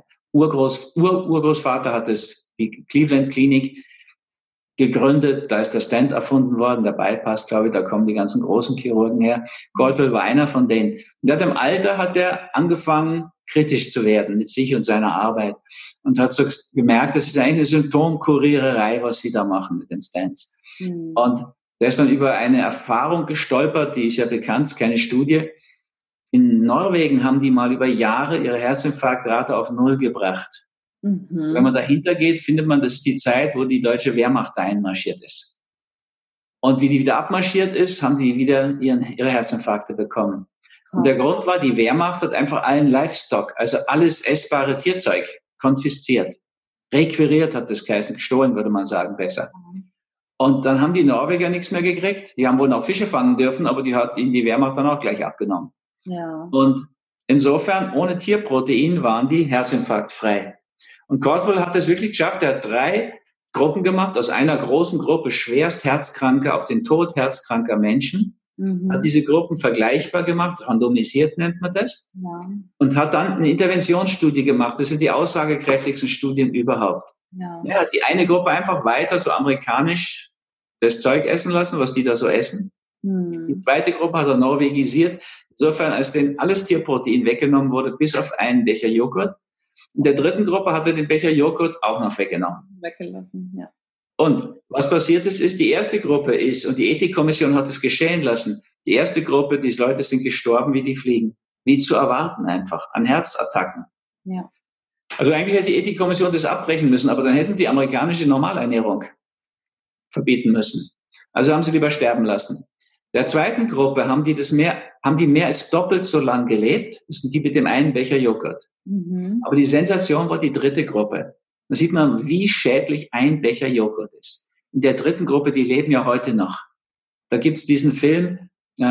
Urgroßvater hat die Cleveland Klinik gegründet, da ist der Stent erfunden worden, der Bypass, glaube ich, da kommen die ganzen großen Chirurgen her. Caldwell war einer von denen. Und im Alter hat er angefangen, kritisch zu werden mit sich und seiner Arbeit und hat so gemerkt, das ist eigentlich eine Symptomkuriererei, was sie da machen mit den Stents. Und der ist dann über eine Erfahrung gestolpert, die ist ja bekannt, ist keine Studie. In Norwegen haben die mal über Jahre ihre Herzinfarktrate auf 0 gebracht. Wenn man dahinter geht, findet man, das ist die Zeit, wo die deutsche Wehrmacht da einmarschiert ist. Und wie die wieder abmarschiert ist, haben die wieder ihre Herzinfarkte bekommen. Krass. Und der Grund war, die Wehrmacht hat einfach allen Livestock, also alles essbare Tierzeug, konfisziert. Requiriert hat das geheißen, gestohlen, würde man sagen, besser. Und dann haben die Norweger nichts mehr gekriegt. Die haben wohl noch Fische fangen dürfen, aber die hat ihnen die Wehrmacht dann auch gleich abgenommen. Ja. Und insofern, ohne Tierprotein waren die herzinfarktfrei. Und Caldwell hat es wirklich geschafft. Er hat 3 Gruppen gemacht, aus einer großen Gruppe schwerst herzkranker auf den Tod herzkranker Menschen. Hat diese Gruppen vergleichbar gemacht, randomisiert nennt man das. Ja. Und hat dann eine Interventionsstudie gemacht. Das sind die aussagekräftigsten Studien überhaupt. Ja. Er hat die eine Gruppe einfach weiter so amerikanisch das Zeug essen lassen, was die da so essen. Die zweite Gruppe hat er norwegisiert. Insofern, als denen alles Tierprotein weggenommen wurde, bis auf einen Becher Joghurt. In der dritten Gruppe hat er den Becher Joghurt auch noch weggenommen. Weggelassen, ja. Und was passiert ist, die erste Gruppe ist, und die Ethikkommission hat es geschehen lassen, die erste Gruppe, die Leute sind gestorben wie die Fliegen. Wie zu erwarten einfach, an Herzattacken. Ja. Also eigentlich hätte die Ethikkommission das abbrechen müssen, aber dann hätten sie die amerikanische Normalernährung verbieten müssen. Also haben sie lieber sterben lassen. Der zweiten Gruppe haben die mehr als doppelt so lang gelebt. Das sind die mit dem einen Becher Joghurt. Aber die Sensation war die dritte Gruppe. Da sieht man, wie schädlich ein Becher Joghurt ist. In der dritten Gruppe, die leben ja heute noch. Da gibt's diesen Film,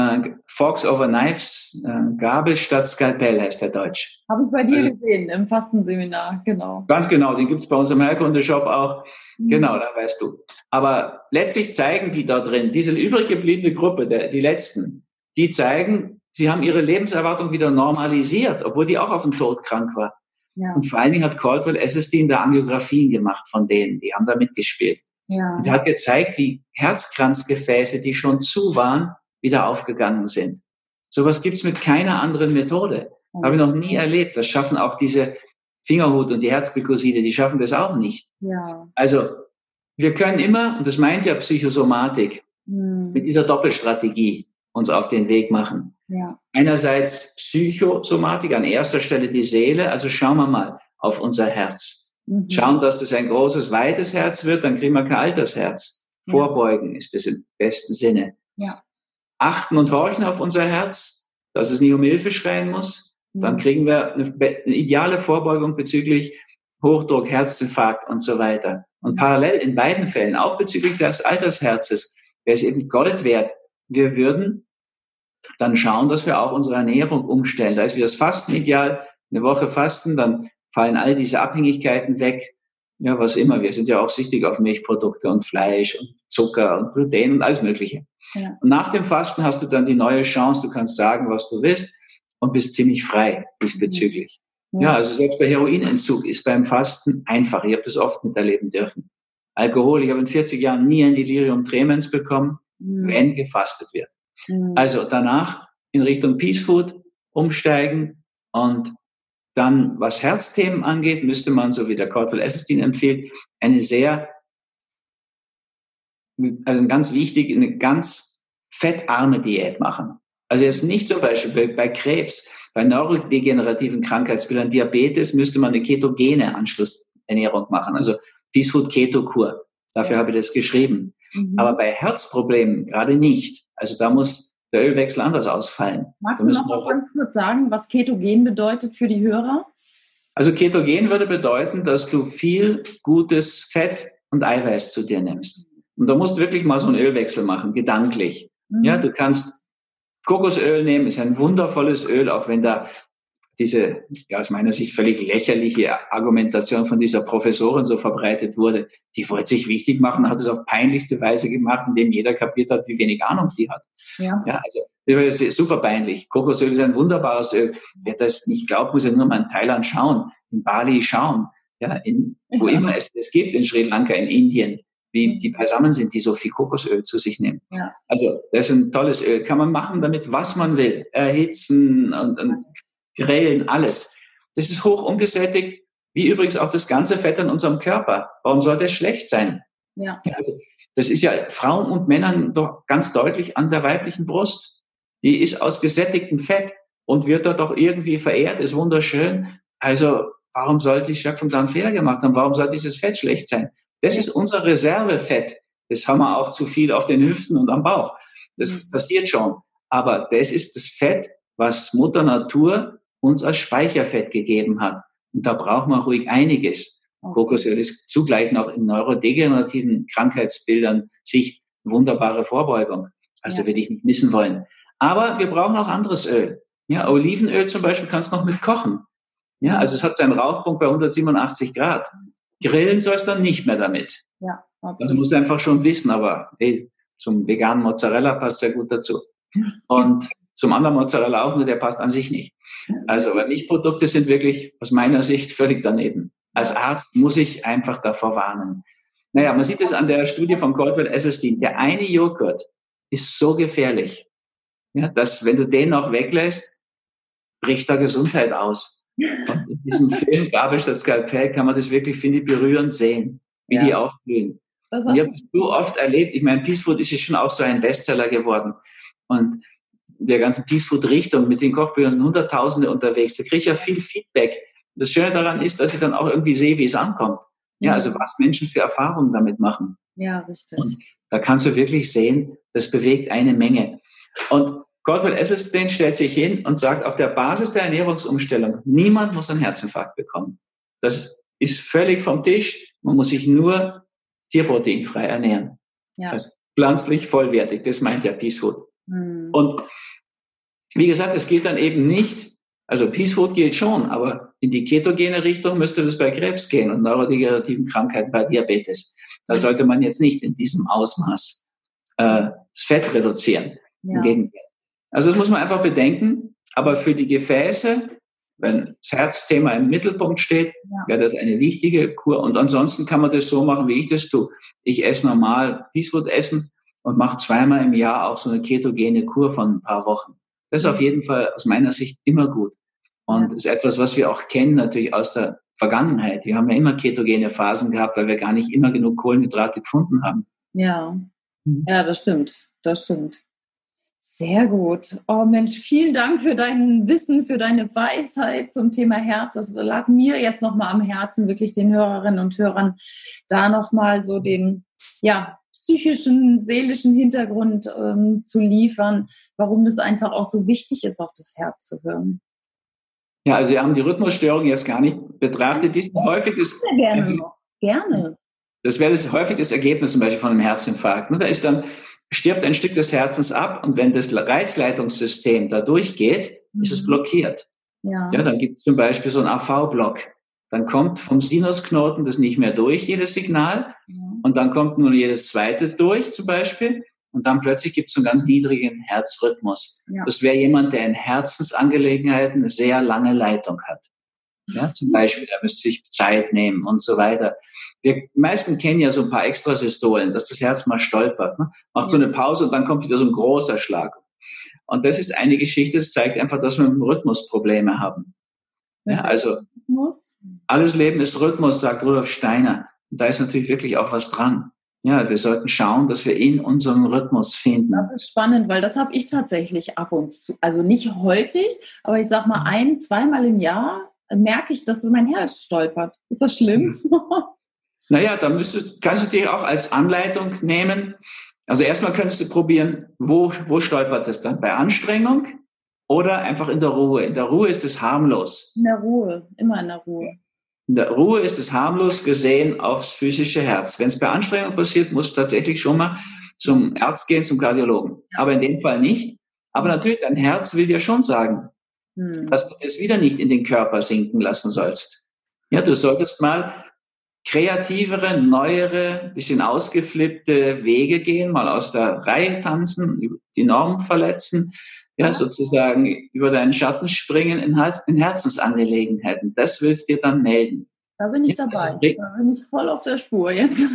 Forks over Knives, Gabel statt Skalpell heißt der Deutsch. Habe ich bei dir gesehen, im Fastenseminar, genau. Ganz genau, den gibt's bei uns im Heilkunde-Shop auch. Genau, dann weißt du. Aber letztlich zeigen die da drin, diese übrig gebliebene Gruppe, die letzten, die zeigen, sie haben ihre Lebenserwartung wieder normalisiert, obwohl die auch auf den Tod krank war. Ja. Und vor allen Dingen hat Caldwell Esselstyn da Angiografien gemacht von denen, die haben da mitgespielt. Ja. Und er hat gezeigt, wie Herzkranzgefäße, die schon zu waren, wieder aufgegangen sind. Sowas gibt's mit keiner anderen Methode. Habe ich noch nie erlebt. Das schaffen auch diese Fingerhut und die Herzglykoside, die schaffen das auch nicht. Ja. Also wir können immer, und das meint ja Psychosomatik, mit dieser Doppelstrategie uns auf den Weg machen. Ja. Einerseits Psychosomatik, an erster Stelle die Seele, also schauen wir mal auf unser Herz. Schauen, dass das ein großes, weites Herz wird, dann kriegen wir kein Altersherz. Vorbeugen ist das im besten Sinne. Ja. Achten und horchen auf unser Herz, dass es nicht um Hilfe schreien muss. Dann kriegen wir eine ideale Vorbeugung bezüglich Hochdruck, Herzinfarkt und so weiter. Und parallel in beiden Fällen, auch bezüglich des Altersherzes, wäre es eben Gold wert. Wir würden dann schauen, dass wir auch unsere Ernährung umstellen. Da ist wieder das Fasten ideal. Eine Woche Fasten, dann fallen all diese Abhängigkeiten weg. Ja, was immer. Wir sind ja auch süchtig auf Milchprodukte und Fleisch und Zucker und Gluten und alles Mögliche. Ja. Und nach dem Fasten hast du dann die neue Chance. Du kannst sagen, was du willst und bist ziemlich frei diesbezüglich. Ja, also selbst der Heroinentzug ist beim Fasten einfach. Ich habe das oft miterleben dürfen. Alkohol, ich habe in 40 Jahren nie ein Delirium tremens bekommen, wenn gefastet wird. Also danach in Richtung Peace Food umsteigen und dann, was Herzthemen angeht, müsste man, so wie der Cordwell Esselstyn empfiehlt, eine ganz fettarme Diät machen. Also jetzt nicht zum Beispiel bei Krebs, bei neurodegenerativen Krankheitsbildern, Diabetes, müsste man eine ketogene Anschlussernährung machen, also Peace Food Keto-Kur. Dafür habe ich das geschrieben. Aber bei Herzproblemen gerade nicht. Also da muss der Ölwechsel anders ausfallen. Magst du noch mal ganz kurz sagen, was ketogen bedeutet für die Hörer? Also ketogen würde bedeuten, dass du viel gutes Fett und Eiweiß zu dir nimmst. Und da musst du wirklich mal so einen Ölwechsel machen, gedanklich. Ja, du kannst Kokosöl nehmen, ist ein wundervolles Öl, auch wenn da diese, ja, aus meiner Sicht völlig lächerliche Argumentation von dieser Professorin so verbreitet wurde. Die wollte sich wichtig machen, hat es auf peinlichste Weise gemacht, indem jeder kapiert hat, wie wenig Ahnung die hat. Ja, also das ist super peinlich. Kokosöl ist ein wunderbares Öl. Wer das nicht glaubt, muss ja nur mal in Thailand schauen, in Bali schauen, ja, wo immer es gibt, in Sri Lanka, in Indien, wie die beisammen sind, die so viel Kokosöl zu sich nehmen. Ja. Also das ist ein tolles Öl. Kann man machen damit, was man will. Erhitzen und grillen, alles. Das ist hoch ungesättigt, wie übrigens auch das ganze Fett an unserem Körper. Warum sollte es schlecht sein? Ja. Also, das ist ja Frauen und Männern doch ganz deutlich an der weiblichen Brust. Die ist aus gesättigtem Fett und wird dort auch irgendwie verehrt, ist wunderschön. Also warum sollte die Schöpfung da einen Fehler gemacht haben? Warum soll dieses Fett schlecht sein? Das ist unser Reservefett. Das haben wir auch zu viel auf den Hüften und am Bauch. Das passiert schon. Aber das ist das Fett, was Mutter Natur uns als Speicherfett gegeben hat. Und da braucht man ruhig einiges. Kokosöl ist zugleich noch in neurodegenerativen Krankheitsbildern Sicht wunderbare Vorbeugung. Also würde ich nicht missen wollen. Aber wir brauchen auch anderes Öl. Ja, Olivenöl zum Beispiel kannst du noch mit kochen. Ja, also es hat seinen Rauchpunkt bei 187 Grad. Grillen sollst du dann nicht mehr damit. Ja, absolut. Also musst du einfach schon wissen, aber hey, zum veganen Mozzarella passt sehr gut dazu. Und zum anderen Mozzarella auch, nur der passt an sich nicht. Also, weil Milchprodukte sind wirklich aus meiner Sicht völlig daneben. Als Arzt muss ich einfach davor warnen. Naja, man sieht es an der Studie von Cordwell Esselstyn. Der eine Joghurt ist so gefährlich, ja, dass wenn du den noch weglässt, bricht da Gesundheit aus. Und in diesem Film Gabel statt Skalpell kann man das wirklich, finde ich, berührend sehen, wie die aufblühen. Und ich habe es so oft erlebt. Ich meine, Peace Food ist ja schon auch so ein Bestseller geworden. Und der ganzen Peace Food Richtung mit den Kochbüchern sind Hunderttausende unterwegs. Da kriege ich ja viel Feedback. Das Schöne daran ist, dass ich dann auch irgendwie sehe, wie es ankommt. Ja, also was Menschen für Erfahrungen damit machen. Ja, richtig. Und da kannst du wirklich sehen, das bewegt eine Menge. Und Cordwell Esselstyn stellt sich hin und sagt, auf der Basis der Ernährungsumstellung, niemand muss einen Herzinfarkt bekommen. Das ist völlig vom Tisch. Man muss sich nur tierproteinfrei ernähren. Ja. Also pflanzlich vollwertig. Das meint ja Peace Food. Und wie gesagt, es gilt dann eben nicht, also Peace Food gilt schon, aber in die ketogene Richtung müsste das bei Krebs gehen und neurodegenerativen Krankheiten, bei Diabetes. Da sollte man jetzt nicht in diesem Ausmaß das Fett reduzieren. Ja. Im Gegenteil. Also das muss man einfach bedenken, aber für die Gefäße, wenn das Herzthema im Mittelpunkt steht, wäre das eine wichtige Kur. Und ansonsten kann man das so machen, wie ich das tue. Ich esse normal Peace Food essen und mache zweimal im Jahr auch so eine ketogene Kur von ein paar Wochen. Das ist auf jeden Fall aus meiner Sicht immer gut. Und ist etwas, was wir auch kennen natürlich aus der Vergangenheit. Wir haben ja immer ketogene Phasen gehabt, weil wir gar nicht immer genug Kohlenhydrate gefunden haben. Ja, ja, das stimmt. Das stimmt. Sehr gut. Oh Mensch, vielen Dank für dein Wissen, für deine Weisheit zum Thema Herz. Das lag mir jetzt nochmal am Herzen, wirklich den Hörerinnen und Hörern da nochmal so den, ja, psychischen, seelischen Hintergrund zu liefern, warum das einfach auch so wichtig ist, auf das Herz zu hören. Ja, also wir haben die Rhythmusstörung jetzt gar nicht betrachtet. Die sind häufig Sehr gerne noch. Gerne. Das wäre häufig das Ergebnis zum Beispiel von einem Herzinfarkt. Da ist dann, stirbt ein Stück des Herzens ab und wenn das Reizleitungssystem da durchgeht, ist es blockiert. Ja, dann gibt es zum Beispiel so einen AV-Block. Dann kommt vom Sinusknoten das nicht mehr durch, jedes Signal. Und dann kommt nur jedes zweite durch zum Beispiel. Und dann plötzlich gibt es einen ganz niedrigen Herzrhythmus. Ja. Das wäre jemand, der in Herzensangelegenheiten eine sehr lange Leitung hat. Ja, zum Beispiel, der müsste sich Zeit nehmen und so weiter. Wir meisten kennen ja so ein paar Extrasystolen, dass das Herz mal stolpert, ne? Macht so eine Pause und dann kommt wieder so ein großer Schlag. Und das ist eine Geschichte, das zeigt einfach, dass wir mit dem Rhythmus Probleme haben. Ja, also alles Leben ist Rhythmus, sagt Rudolf Steiner. Und da ist natürlich wirklich auch was dran. Ja, wir sollten schauen, dass wir in unserem Rhythmus finden. Das ist spannend, weil das habe ich tatsächlich ab und zu, also nicht häufig, aber ich sag mal 1-2 Mal im Jahr merke ich, dass mein Herz stolpert. Ist das schlimm? Naja, da kannst du dir auch als Anleitung nehmen. Also erstmal könntest du probieren, wo stolpert es dann? Bei Anstrengung oder einfach in der Ruhe? In der Ruhe ist es harmlos. In der Ruhe, immer in der Ruhe. In der Ruhe ist es harmlos gesehen aufs physische Herz. Wenn es bei Anstrengung passiert, muss tatsächlich schon mal zum Arzt gehen, zum Kardiologen. Ja. Aber in dem Fall nicht. Aber natürlich, dein Herz will dir schon sagen, dass du das wieder nicht in den Körper sinken lassen sollst. Ja, du solltest mal kreativere, neuere, bisschen ausgeflippte Wege gehen, mal aus der Reihe tanzen, die Norm verletzen, ja, sozusagen über deinen Schatten springen in Herzensangelegenheiten. Das willst du dir dann melden. Da bin ich dabei. Also da bin ich voll auf der Spur jetzt.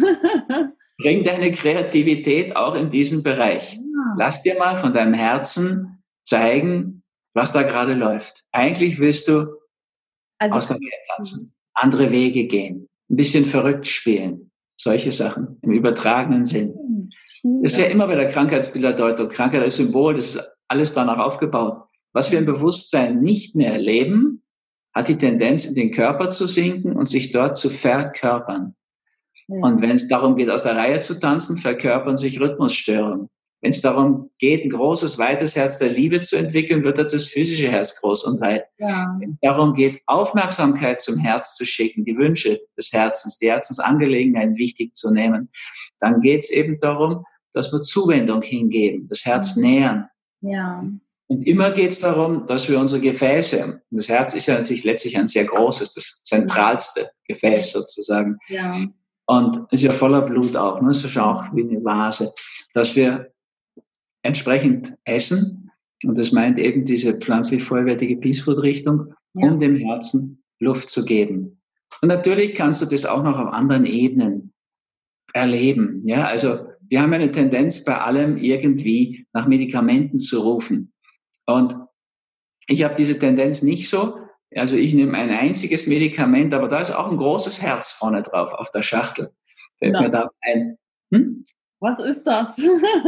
Bring deine Kreativität auch in diesen Bereich. Ja. Lass dir mal von deinem Herzen zeigen, was da gerade läuft. Eigentlich willst du aus der Reihe tanzen, andere Wege gehen, ein bisschen verrückt spielen. Solche Sachen im übertragenen Sinn. Das ist ja immer bei der Krankheitsbilderdeutung. Krankheit als Symbol, das ist alles danach aufgebaut. Was wir im Bewusstsein nicht mehr erleben, hat die Tendenz, in den Körper zu sinken und sich dort zu verkörpern. Ja. Und wenn es darum geht, aus der Reihe zu tanzen, verkörpern sich Rhythmusstörungen. Wenn es darum geht, ein großes, weites Herz der Liebe zu entwickeln, wird das physische Herz groß und weit. Ja. Wenn es darum geht, Aufmerksamkeit zum Herz zu schicken, die Wünsche des Herzens, die Herzensangelegenheiten wichtig zu nehmen, dann geht es eben darum, dass wir Zuwendung hingeben, das Herz nähern. Ja. Und immer geht es darum, dass wir unsere Gefäße, das Herz ist ja natürlich letztlich ein sehr großes, das zentralste Gefäß sozusagen. Ja. Und ist ja voller Blut auch, ne? Das ist ja auch wie eine Vase, dass wir entsprechend essen. Und das meint eben diese pflanzlich vollwertige Peace-Food-Richtung, um dem Herzen Luft zu geben. Und natürlich kannst du das auch noch auf anderen Ebenen erleben. Ja, also wir haben eine Tendenz bei allem irgendwie nach Medikamenten zu rufen. Und ich habe diese Tendenz nicht so. Also ich nehme ein einziges Medikament, aber da ist auch ein großes Herz vorne drauf auf der Schachtel. Fällt mir da ein. Was ist das?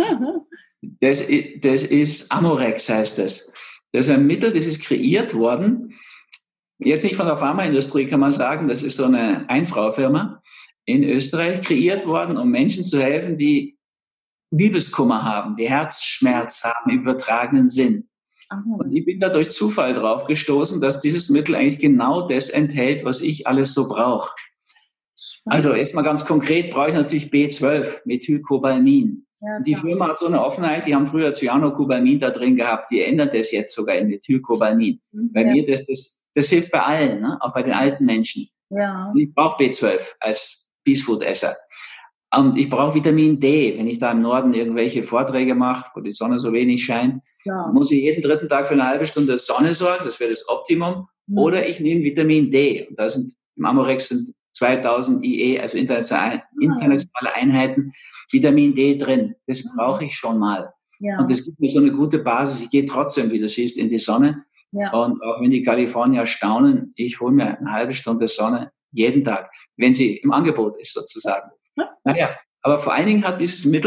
Das ist Amorex, heißt das. Das ist ein Mittel, das ist kreiert worden. Jetzt nicht von der Pharmaindustrie, kann man sagen. Das ist so eine Einfraufirma in Österreich, kreiert worden, um Menschen zu helfen, die Liebeskummer haben, die Herzschmerz haben im übertragenen Sinn. Und ich bin da durch Zufall drauf gestoßen, dass dieses Mittel eigentlich genau das enthält, was ich alles so brauche. Also erstmal ganz konkret brauche ich natürlich B12, Methylcobalamin. Ja, die Firma hat so eine Offenheit, die haben früher Cyanocobalamin da drin gehabt, die ändern das jetzt sogar in Methylcobalamin. Bei mir, das hilft bei allen, ne? Auch bei den alten Menschen. Ja. Ich brauche B12 als Peace-Food-Esser. Und ich brauche Vitamin D, wenn ich da im Norden irgendwelche Vorträge mache, wo die Sonne so wenig scheint, muss ich jeden 3. Tag für eine halbe Stunde Sonne sorgen, das wäre das Optimum. Oder ich nehme Vitamin D. Und da sind im Amorex sind 2000 IE, also internationale Einheiten, Vitamin D drin. Das brauche ich schon mal. Ja. Und das gibt mir so eine gute Basis. Ich gehe trotzdem, wie du siehst, in die Sonne. Ja. Und auch wenn die Kalifornier staunen, ich hole mir eine halbe Stunde Sonne jeden Tag, wenn sie im Angebot ist sozusagen. Naja, aber vor allen Dingen hat dieses Mittel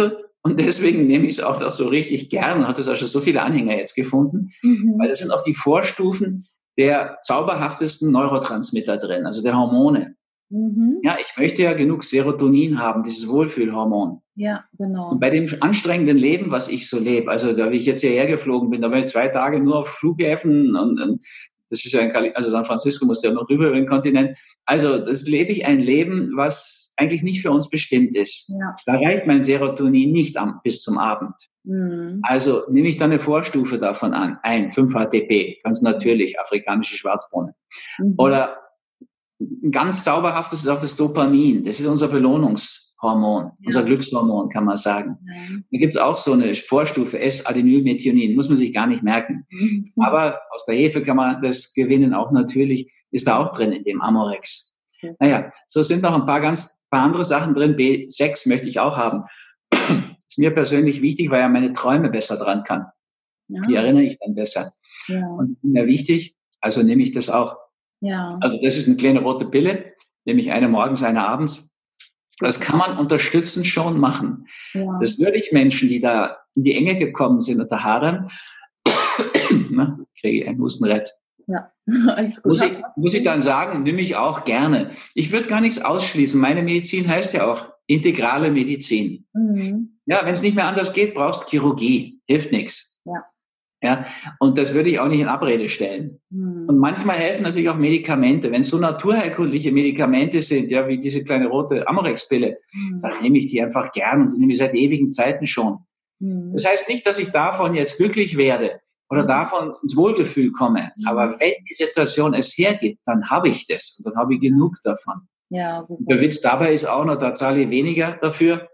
Und deswegen nehme ich es auch so richtig gern und hat es auch schon so viele Anhänger jetzt gefunden, weil das sind auch die Vorstufen der zauberhaftesten Neurotransmitter drin, also der Hormone. Ja, ich möchte ja genug Serotonin haben, dieses Wohlfühlhormon. Ja, genau. Und bei dem anstrengenden Leben, was ich so lebe, also da, wie ich jetzt hierher geflogen bin, da war ich 2 Tage nur auf Flughäfen und das ist ja also San Francisco musste ja noch rüber über den Kontinent. Also das lebe ich ein Leben, was eigentlich nicht für uns bestimmt ist. Ja. Da reicht mein Serotonin nicht bis zum Abend. Also nehme ich dann eine Vorstufe davon an, 5-HTP, ganz natürlich, afrikanische Schwarzbohne. Oder ein ganz zauberhaftes ist auch das Dopamin. Das ist unser Belohnungshormon, unser Glückshormon, kann man sagen. Da gibt's auch so eine Vorstufe, S-Adenylmethionin, muss man sich gar nicht merken. Aber aus der Hefe kann man das gewinnen, auch natürlich, ist da auch drin in dem Amorex. Naja, so sind noch ein paar andere Sachen drin. B6 möchte ich auch haben. Ist mir persönlich wichtig, weil ja meine Träume besser dran kann. Die erinnere ich dann besser. Und mir wichtig, also nehme ich das auch. Also das ist eine kleine rote Pille, nehme ich eine morgens, eine abends. Das kann man unterstützend schon machen. Das würde ich Menschen, die da in die Enge gekommen sind unter Hadern, kriege ich einen Hustenrett. Ja, alles gut. Muss ich dann sagen, nehme ich auch gerne. Ich würde gar nichts ausschließen. Meine Medizin heißt ja auch integrale Medizin. Ja, wenn es nicht mehr anders geht, brauchst Chirurgie. Hilft nichts. Ja, und das würde ich auch nicht in Abrede stellen. Und manchmal helfen natürlich auch Medikamente. Wenn es so naturheilkundliche Medikamente sind, ja, wie diese kleine rote Amorex-Pille, dann nehme ich die einfach gern und die nehme ich seit ewigen Zeiten schon. Das heißt nicht, dass ich davon jetzt glücklich werde oder davon ins Wohlgefühl komme. Aber wenn die Situation es hergibt, dann habe ich das und dann habe ich genug davon. Ja, super. Der Witz dabei ist auch noch, da zahle ich weniger dafür,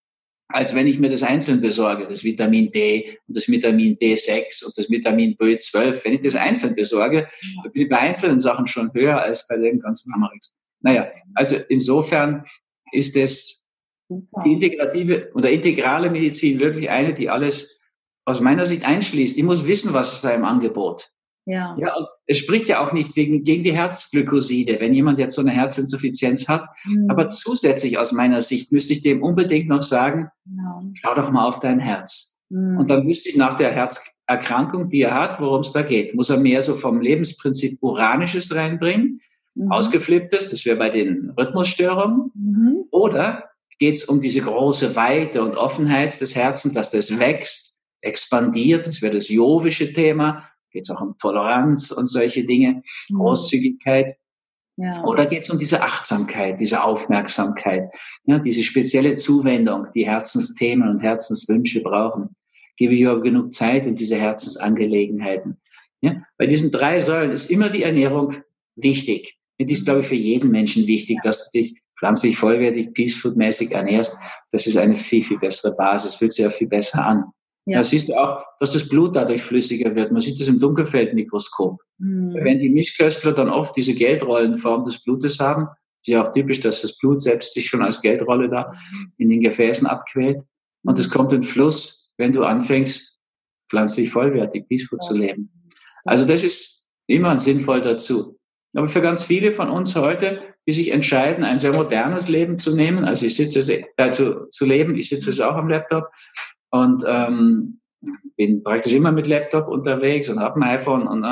als wenn ich mir das einzeln besorge, das Vitamin D und das Vitamin B6 und das Vitamin B12. Wenn ich das einzeln besorge, dann bin ich bei einzelnen Sachen schon höher als bei dem ganzen Amorex. Naja, also insofern ist das die integrative oder integrale Medizin wirklich eine, die alles aus meiner Sicht einschließt. Ich muss wissen, was ist da im Angebot. Ja, und es spricht ja auch nichts gegen die Herzglykoside, wenn jemand jetzt so eine Herzinsuffizienz hat. Aber zusätzlich aus meiner Sicht müsste ich dem unbedingt noch sagen, schau doch mal auf dein Herz. Und dann wüsste ich nach der Herzerkrankung, die er hat, worum es da geht. Muss er mehr so vom Lebensprinzip Uranisches reinbringen, Ausgeflipptes, das wäre bei den Rhythmusstörungen. Oder geht es um diese große Weite und Offenheit des Herzens, dass das wächst, expandiert, das wäre das jovische Thema. Geht es auch um Toleranz und solche Dinge, Großzügigkeit. Oder geht es um diese Achtsamkeit, diese Aufmerksamkeit, ja, diese spezielle Zuwendung, die Herzensthemen und Herzenswünsche brauchen. Gebe ich aber genug Zeit in diese Herzensangelegenheiten. Ja? Bei diesen 3 Säulen ist immer die Ernährung wichtig. Die ist, glaube ich, für jeden Menschen wichtig, dass du dich pflanzlich vollwertig, peacefood-mäßig ernährst. Das ist eine viel, viel bessere Basis, fühlt sich auch viel besser an. Da siehst du auch, dass das Blut dadurch flüssiger wird. Man sieht das im Dunkelfeldmikroskop. Wenn die Mischköstler dann oft diese Geldrollenform des Blutes haben, ist ja auch typisch, dass das Blut selbst sich schon als Geldrolle da in den Gefäßen abquält. Und es kommt in Fluss, wenn du anfängst, pflanzlich vollwertig, peaceful zu leben. Also das ist immer sinnvoll dazu. Aber für ganz viele von uns heute, die sich entscheiden, ein sehr modernes Leben zu nehmen, also ich sitze zu leben, ich sitze jetzt auch am Laptop, und bin praktisch immer mit Laptop unterwegs und habe ein iPhone und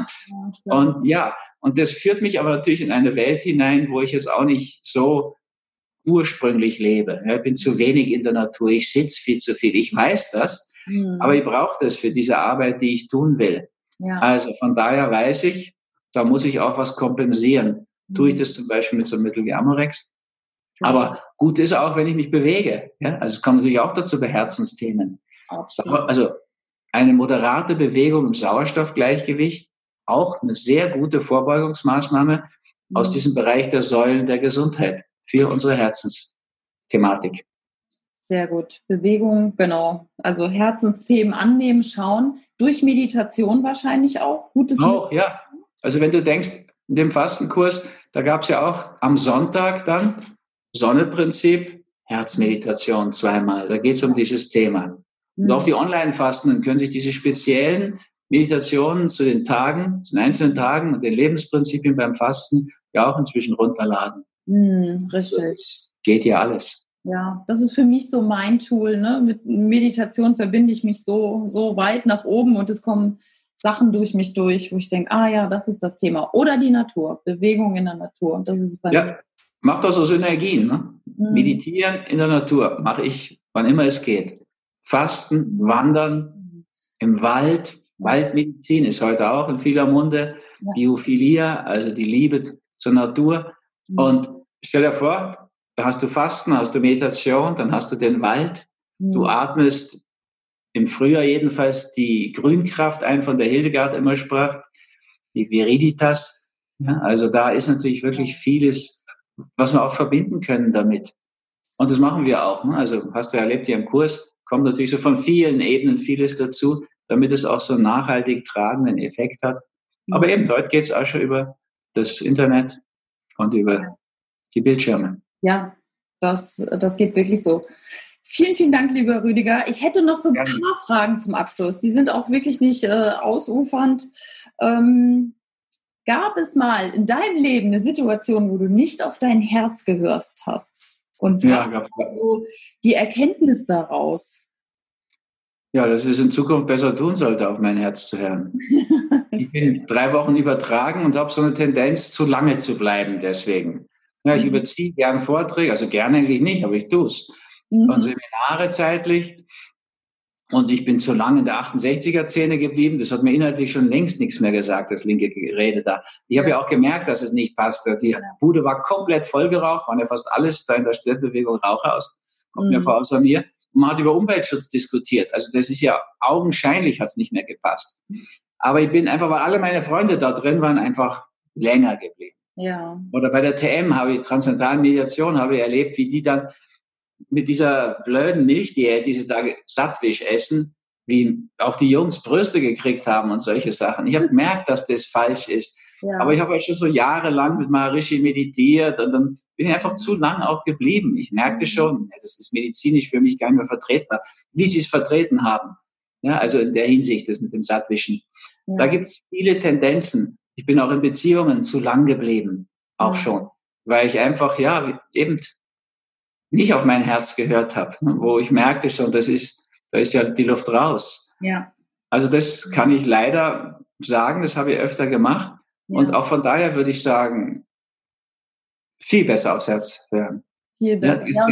und das führt mich aber natürlich in eine Welt hinein, wo ich jetzt auch nicht so ursprünglich lebe. Ja, ich bin zu wenig in der Natur, ich sitze viel zu viel. Ich weiß das, aber ich brauche das für diese Arbeit, die ich tun will. Ja. Also von daher weiß ich, da muss ich auch was kompensieren. Tue ich das zum Beispiel mit so einem Mittel wie Amorex. Aber gut ist auch, wenn ich mich bewege. Ja? Also es kommt natürlich auch dazu bei Herzensthemen. Absolut. Also eine moderate Bewegung im Sauerstoffgleichgewicht, auch eine sehr gute Vorbeugungsmaßnahme aus diesem Bereich der Säulen der Gesundheit für unsere Herzensthematik. Sehr gut. Bewegung, genau. Also Herzensthemen annehmen, schauen. Durch Meditation wahrscheinlich auch. Gutes auch, ja. Also wenn du denkst, in dem Fastenkurs, da gab es ja auch am Sonntag dann Sonneprinzip, Herzmeditation 2-mal. Da geht es um dieses Thema. Und auch die Online-Fastenden können sich diese speziellen Meditationen zu den Tagen, zu den einzelnen Tagen und den Lebensprinzipien beim Fasten ja auch inzwischen runterladen. Richtig. Also das geht ja alles. Ja, das ist für mich so mein Tool, ne? Mit Meditation verbinde ich mich so weit nach oben und es kommen Sachen durch mich durch, wo ich denke, ja, das ist das Thema. Oder die Natur, Bewegung in der Natur. Das ist es bei mir. Macht auch so Synergien. Ne? Meditieren in der Natur mache ich, wann immer es geht. Fasten, Wandern, im Wald. Waldmedizin ist heute auch in vieler Munde. Biophilia, also die Liebe zur Natur. Und stell dir vor, da hast du Fasten, hast du Meditation, dann hast du den Wald. Du atmest im Frühjahr jedenfalls die Grünkraft ein, von der Hildegard immer sprach, die Viriditas. Ja, also da ist natürlich wirklich vieles, was wir auch verbinden können damit. Und das machen wir auch. Ne? Also hast du erlebt hier im Kurs, kommt natürlich so von vielen Ebenen vieles dazu, damit es auch so einen nachhaltig tragenden Effekt hat. Aber eben, dort geht es auch schon über das Internet und über die Bildschirme. Ja, das geht wirklich so. Vielen, vielen Dank, lieber Rüdiger. Ich hätte noch so ein paar Fragen zum Abschluss. Die sind auch wirklich nicht ausufernd. Gab es mal in deinem Leben eine Situation, wo du nicht auf dein Herz gehört hast? Und was war so die Erkenntnis daraus? Ja, dass ich es in Zukunft besser tun sollte, auf mein Herz zu hören. Ich bin 3 Wochen übertragen und habe so eine Tendenz, zu lange zu bleiben deswegen. Ja, ich überziehe gern Vorträge, also gerne eigentlich nicht, aber ich tue es. Und Seminare zeitlich. Und ich bin zu lange in der 68er-Szene geblieben. Das hat mir inhaltlich schon längst nichts mehr gesagt, das linke Gerede da. Ich habe ja auch gemerkt, dass es nicht passt. Die Bude war komplett vollgeraucht, waren ja fast alles da in der Studentenbewegung Rauchhaus. Kommt mir vor, außer mir. Und man hat über Umweltschutz diskutiert. Also das ist ja augenscheinlich, hat es nicht mehr gepasst. Aber ich bin einfach, weil alle meine Freunde da drin waren, einfach länger geblieben. Ja. Oder bei der TM transzendentalen Mediation, habe ich erlebt, wie die dann mit dieser blöden Milchdiät, die sie da Sattwisch essen, wie auch die Jungs Brüste gekriegt haben und solche Sachen. Ich habe gemerkt, dass das falsch ist. Ja. Aber ich habe halt schon so jahrelang mit Maharishi meditiert und dann bin ich einfach zu lang auch geblieben. Ich merkte schon, das ist medizinisch für mich gar nicht mehr vertretbar, wie sie es vertreten haben. Ja, also in der Hinsicht, das mit dem Sattwischen. Ja. Da gibt es viele Tendenzen. Ich bin auch in Beziehungen zu lang geblieben, auch schon, weil ich einfach, eben nicht auf mein Herz gehört habe, wo ich merkte schon, da ist ja die Luft raus. Ja. Also das kann ich leider sagen, das habe ich öfter gemacht. Ja. Und auch von daher würde ich sagen, viel besser aufs Herz hören. Viel besser. Ja,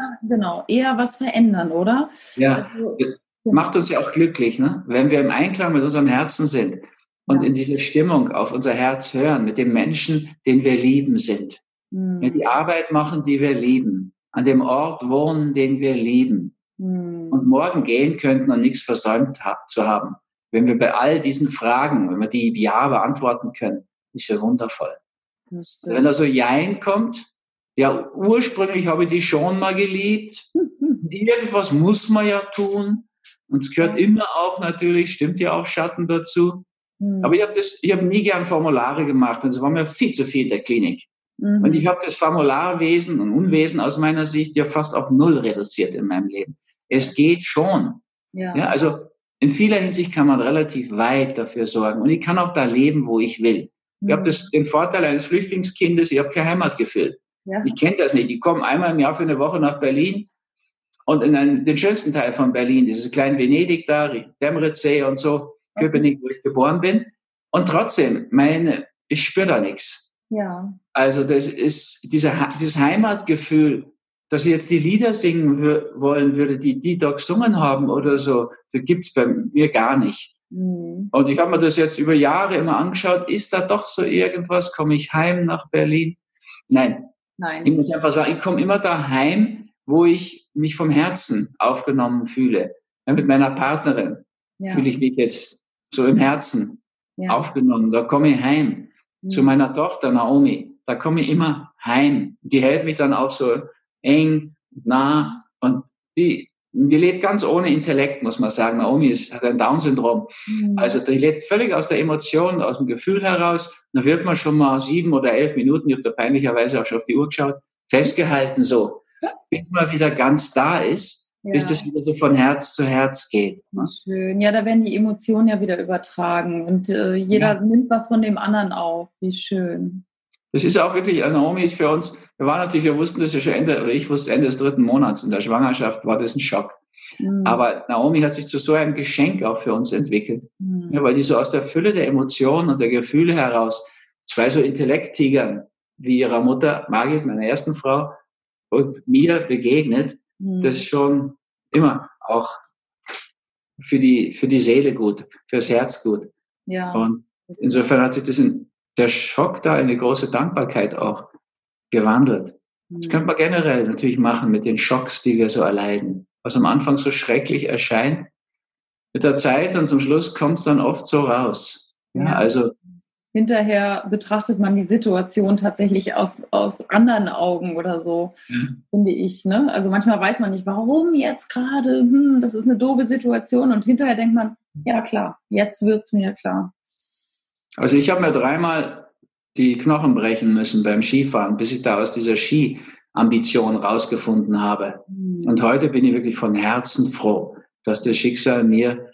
eher was verändern, oder? Ja, also, macht uns ja auch glücklich, ne? Wenn wir im Einklang mit unserem Herzen sind und in dieser Stimmung auf unser Herz hören, mit dem Menschen, den wir lieben sind. Ja, die Arbeit machen, die wir lieben. An dem Ort wohnen, den wir lieben. Und morgen gehen könnten und nichts versäumt zu haben. Wenn wir bei all diesen Fragen, wenn wir die Ja beantworten können, ist ja wundervoll. Wenn da so Jein kommt, ja, ursprünglich habe ich die schon mal geliebt. Irgendwas muss man ja tun. Und es gehört immer auch natürlich, stimmt ja auch Schatten dazu. Aber ich habe nie gern Formulare gemacht. Und es war mir viel zu viel in der Klinik. Und ich habe das Formularwesen und Unwesen aus meiner Sicht ja fast auf 0 reduziert in meinem Leben. Es geht schon. Ja, also in vieler Hinsicht kann man relativ weit dafür sorgen. Und ich kann auch da leben, wo ich will. Ich habe den Vorteil eines Flüchtlingskindes, ich habe kein Heimatgefühl. Ja. Ich kenne das nicht. Ich komme einmal im Jahr für eine Woche nach Berlin und in den schönsten Teil von Berlin, dieses kleine Venedig da, Dämritzsee und so, Köpenick, wo ich geboren bin. Und trotzdem, ich spüre da nichts. Ja. Also das ist dieses Heimatgefühl, dass ich jetzt die Lieder singen wollen würde, die da gesungen haben oder so, das gibt's bei mir gar nicht. Und ich habe mir das jetzt über Jahre immer angeschaut, ist da doch so irgendwas, komme ich heim nach Berlin? Nein. Ich muss einfach sagen, ich komme immer daheim, wo ich mich vom Herzen aufgenommen fühle. Ja, mit meiner Partnerin fühle ich mich jetzt so im Herzen aufgenommen, da komme ich heim. Zu meiner Tochter Naomi, da komme ich immer heim. Die hält mich dann auch so eng, nah und die lebt ganz ohne Intellekt, muss man sagen. Naomi hat ein Down-Syndrom. Also die lebt völlig aus der Emotion, aus dem Gefühl heraus. Da wird man schon mal 7 oder 11 Minuten, ich habe da peinlicherweise auch schon auf die Uhr geschaut, festgehalten so, bis man wieder ganz da ist. Bis das wieder so von Herz zu Herz geht. Schön. Ja, da werden die Emotionen ja wieder übertragen und jeder nimmt was von dem anderen auf. Wie schön. Das ist auch wirklich, Naomi ist für uns, wir wussten das ja schon ich wusste Ende des 3. Monats in der Schwangerschaft, war das ein Schock. Aber Naomi hat sich zu so einem Geschenk auch für uns entwickelt. Ja, weil die so aus der Fülle der Emotionen und der Gefühle heraus 2 so Intellekttigern wie ihrer Mutter Margit, meiner ersten Frau, und mir begegnet, das schon immer auch für die Seele gut, fürs Herz gut. Ja. Und insofern hat sich der Schock da in eine große Dankbarkeit auch gewandelt. Das könnte man generell natürlich machen mit den Schocks, die wir so erleiden. Was am Anfang so schrecklich erscheint, mit der Zeit und zum Schluss kommt es dann oft so raus. Ja, also hinterher betrachtet man die Situation tatsächlich aus anderen Augen oder so, finde ich. Ne? Also manchmal weiß man nicht, warum jetzt gerade, das ist eine doofe Situation, und hinterher denkt man, ja klar, jetzt wird's mir klar. Also ich habe mir 3-mal die Knochen brechen müssen beim Skifahren, bis ich da aus dieser Ski-Ambition rausgefunden habe. Und heute bin ich wirklich von Herzen froh, dass das Schicksal mir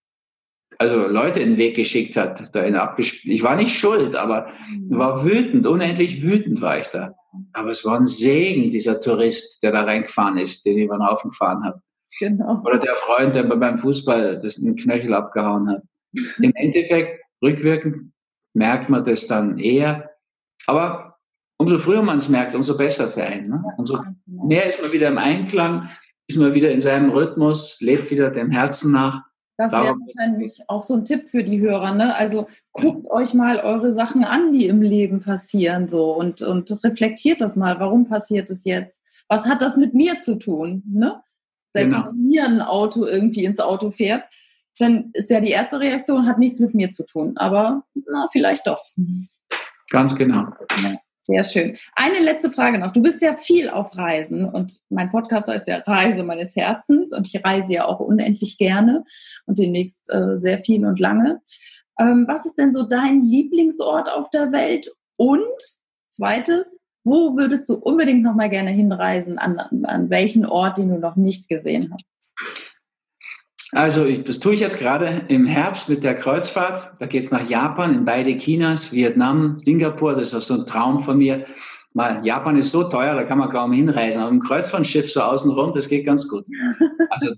Leute in den Weg geschickt hat. Ich war nicht schuld, aber war wütend, unendlich wütend war ich da. Aber es war ein Segen, dieser Tourist, der da reingefahren ist, den ich über den Haufen gefahren habe. Genau. Oder der Freund, der beim Fußball den Knöchel abgehauen hat. Im Endeffekt, rückwirkend, merkt man das dann eher. Aber umso früher man es merkt, umso besser für einen. Ne? Umso mehr ist man wieder im Einklang, ist man wieder in seinem Rhythmus, lebt wieder dem Herzen nach. Das wäre wahrscheinlich auch so ein Tipp für die Hörer, ne? Also guckt euch mal eure Sachen an, die im Leben passieren, so, und reflektiert das mal. Warum passiert es jetzt? Was hat das mit mir zu tun? Ne? Selbst wenn mir ein Auto irgendwie ins Auto fährt, dann ist ja die erste Reaktion, hat nichts mit mir zu tun. Aber vielleicht doch. Ganz genau. Ja. Sehr schön. Eine letzte Frage noch. Du bist ja viel auf Reisen, und mein Podcast heißt ja Reise meines Herzens, und ich reise ja auch unendlich gerne und demnächst sehr viel und lange. Was ist denn so dein Lieblingsort auf der Welt? Und zweites, wo würdest du unbedingt noch mal gerne hinreisen? An welchen Ort, den du noch nicht gesehen hast? Also das tue ich jetzt gerade im Herbst mit der Kreuzfahrt. Da geht's nach Japan, in beide Chinas, Vietnam, Singapur. Das ist so ein Traum von mir. Japan ist so teuer, da kann man kaum hinreisen. Aber im Kreuzfahrtschiff so außenrum, das geht ganz gut. Also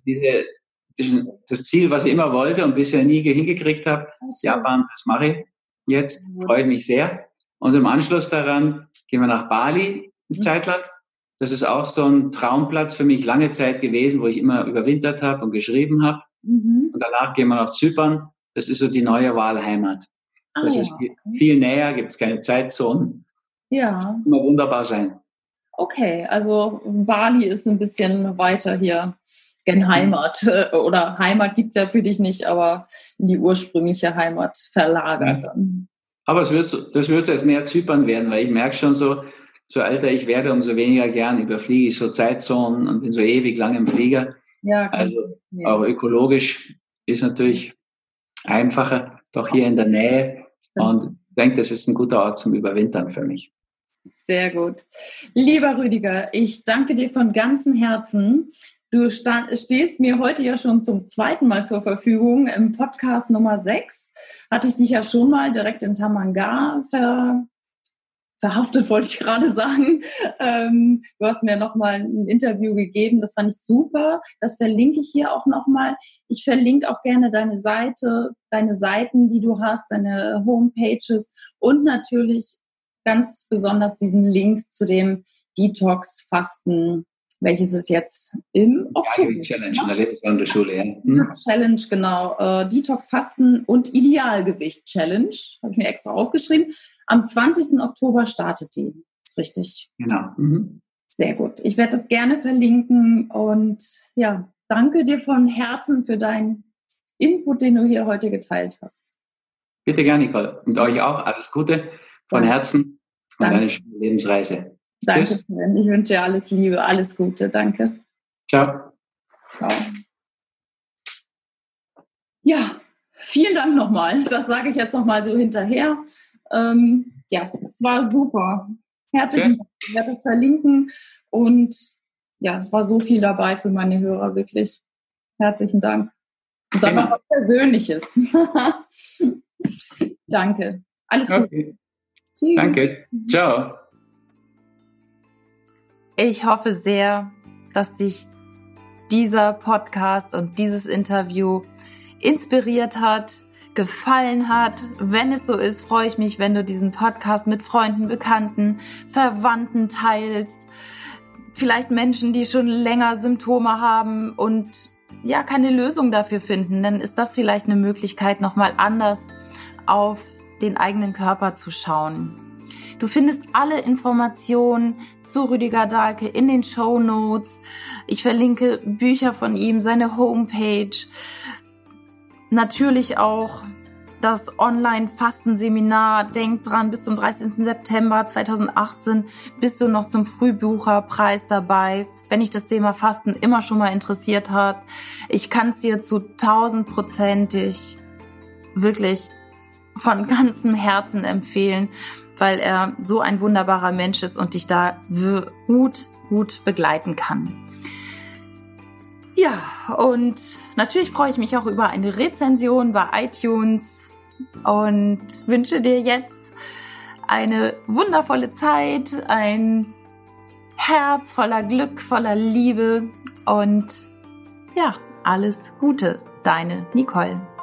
das Ziel, was ich immer wollte und bisher nie hingekriegt habe, Japan, das mache ich jetzt. Freue ich mich sehr. Und im Anschluss daran gehen wir nach Bali eine Zeit lang. Das ist auch so ein Traumplatz für mich, lange Zeit gewesen, wo ich immer überwintert habe und geschrieben habe. Und danach gehen wir nach Zypern. Das ist so die neue Wahlheimat. Das ist viel näher, gibt es keine Zeitzonen. Ja. Kann immer wunderbar sein. Okay, also Bali ist ein bisschen weiter hier gen Heimat. Oder Heimat gibt es ja für dich nicht, aber in die ursprüngliche Heimat verlagert dann. Aber das wird jetzt mehr Zypern werden, weil ich merke schon so älter ich werde, umso weniger gern überfliege ich so Zeitzonen und bin so ewig lang im Flieger. Ja, also auch ökologisch ist natürlich einfacher, doch hier in der Nähe. Und ich denke, das ist ein guter Ort zum Überwintern für mich. Sehr gut. Lieber Rüdiger, ich danke dir von ganzem Herzen. Du stehst mir heute ja schon zum 2. Mal zur Verfügung. Im Podcast Nummer 6 hatte ich dich ja schon mal direkt in Tamanga verhaftet, wollte ich gerade sagen. Du hast mir nochmal ein Interview gegeben, das fand ich super. Das verlinke ich hier auch nochmal. Ich verlinke auch gerne deine Seite, deine Seiten, die du hast, deine Homepages, und natürlich ganz besonders diesen Link zu dem Detox-Fasten, welches ist jetzt im Oktober. Ja, Challenge in der Lebenswandelschule, ja. Challenge, genau. Detox-Fasten und Idealgewicht-Challenge, habe ich mir extra aufgeschrieben. Am 20. Oktober startet die. Richtig. Genau. Sehr gut. Ich werde das gerne verlinken, und ja, danke dir von Herzen für deinen Input, den du hier heute geteilt hast. Bitte gerne, Nicole. Und euch auch alles Gute von Herzen und eine schöne Lebensreise. Danke, Tschüss. Sven. Ich wünsche dir alles Liebe, alles Gute. Danke. Ciao. Ciao. Ja, vielen Dank nochmal. Das sage ich jetzt nochmal so hinterher. Ja, es war super. Herzlichen Dank. Ich werde das verlinken, und ja, es war so viel dabei für meine Hörer, wirklich. Herzlichen Dank. Und dann noch was Persönliches. Danke. Alles Gute. Okay. Tschüss. Danke. Ciao. Ich hoffe sehr, dass dich dieser Podcast und dieses Interview inspiriert hat, gefallen hat. Wenn es so ist, freue ich mich, wenn du diesen Podcast mit Freunden, Bekannten, Verwandten teilst. Vielleicht Menschen, die schon länger Symptome haben und ja keine Lösung dafür finden. Dann ist das vielleicht eine Möglichkeit, nochmal anders auf den eigenen Körper zu schauen. Du findest alle Informationen zu Rüdiger Dahlke in den Shownotes. Ich verlinke Bücher von ihm, seine Homepage. Natürlich auch das Online-Fastenseminar. Denk dran, bis zum 30. September 2018 bist du noch zum Frühbucherpreis dabei. Wenn dich das Thema Fasten immer schon mal interessiert hat, ich kann es dir zu 1000%ig wirklich von ganzem Herzen empfehlen, weil er so ein wunderbarer Mensch ist und dich da gut begleiten kann. Ja, und natürlich freue ich mich auch über eine Rezension bei iTunes und wünsche dir jetzt eine wundervolle Zeit, ein Herz voller Glück, voller Liebe und ja, alles Gute, deine Nicole.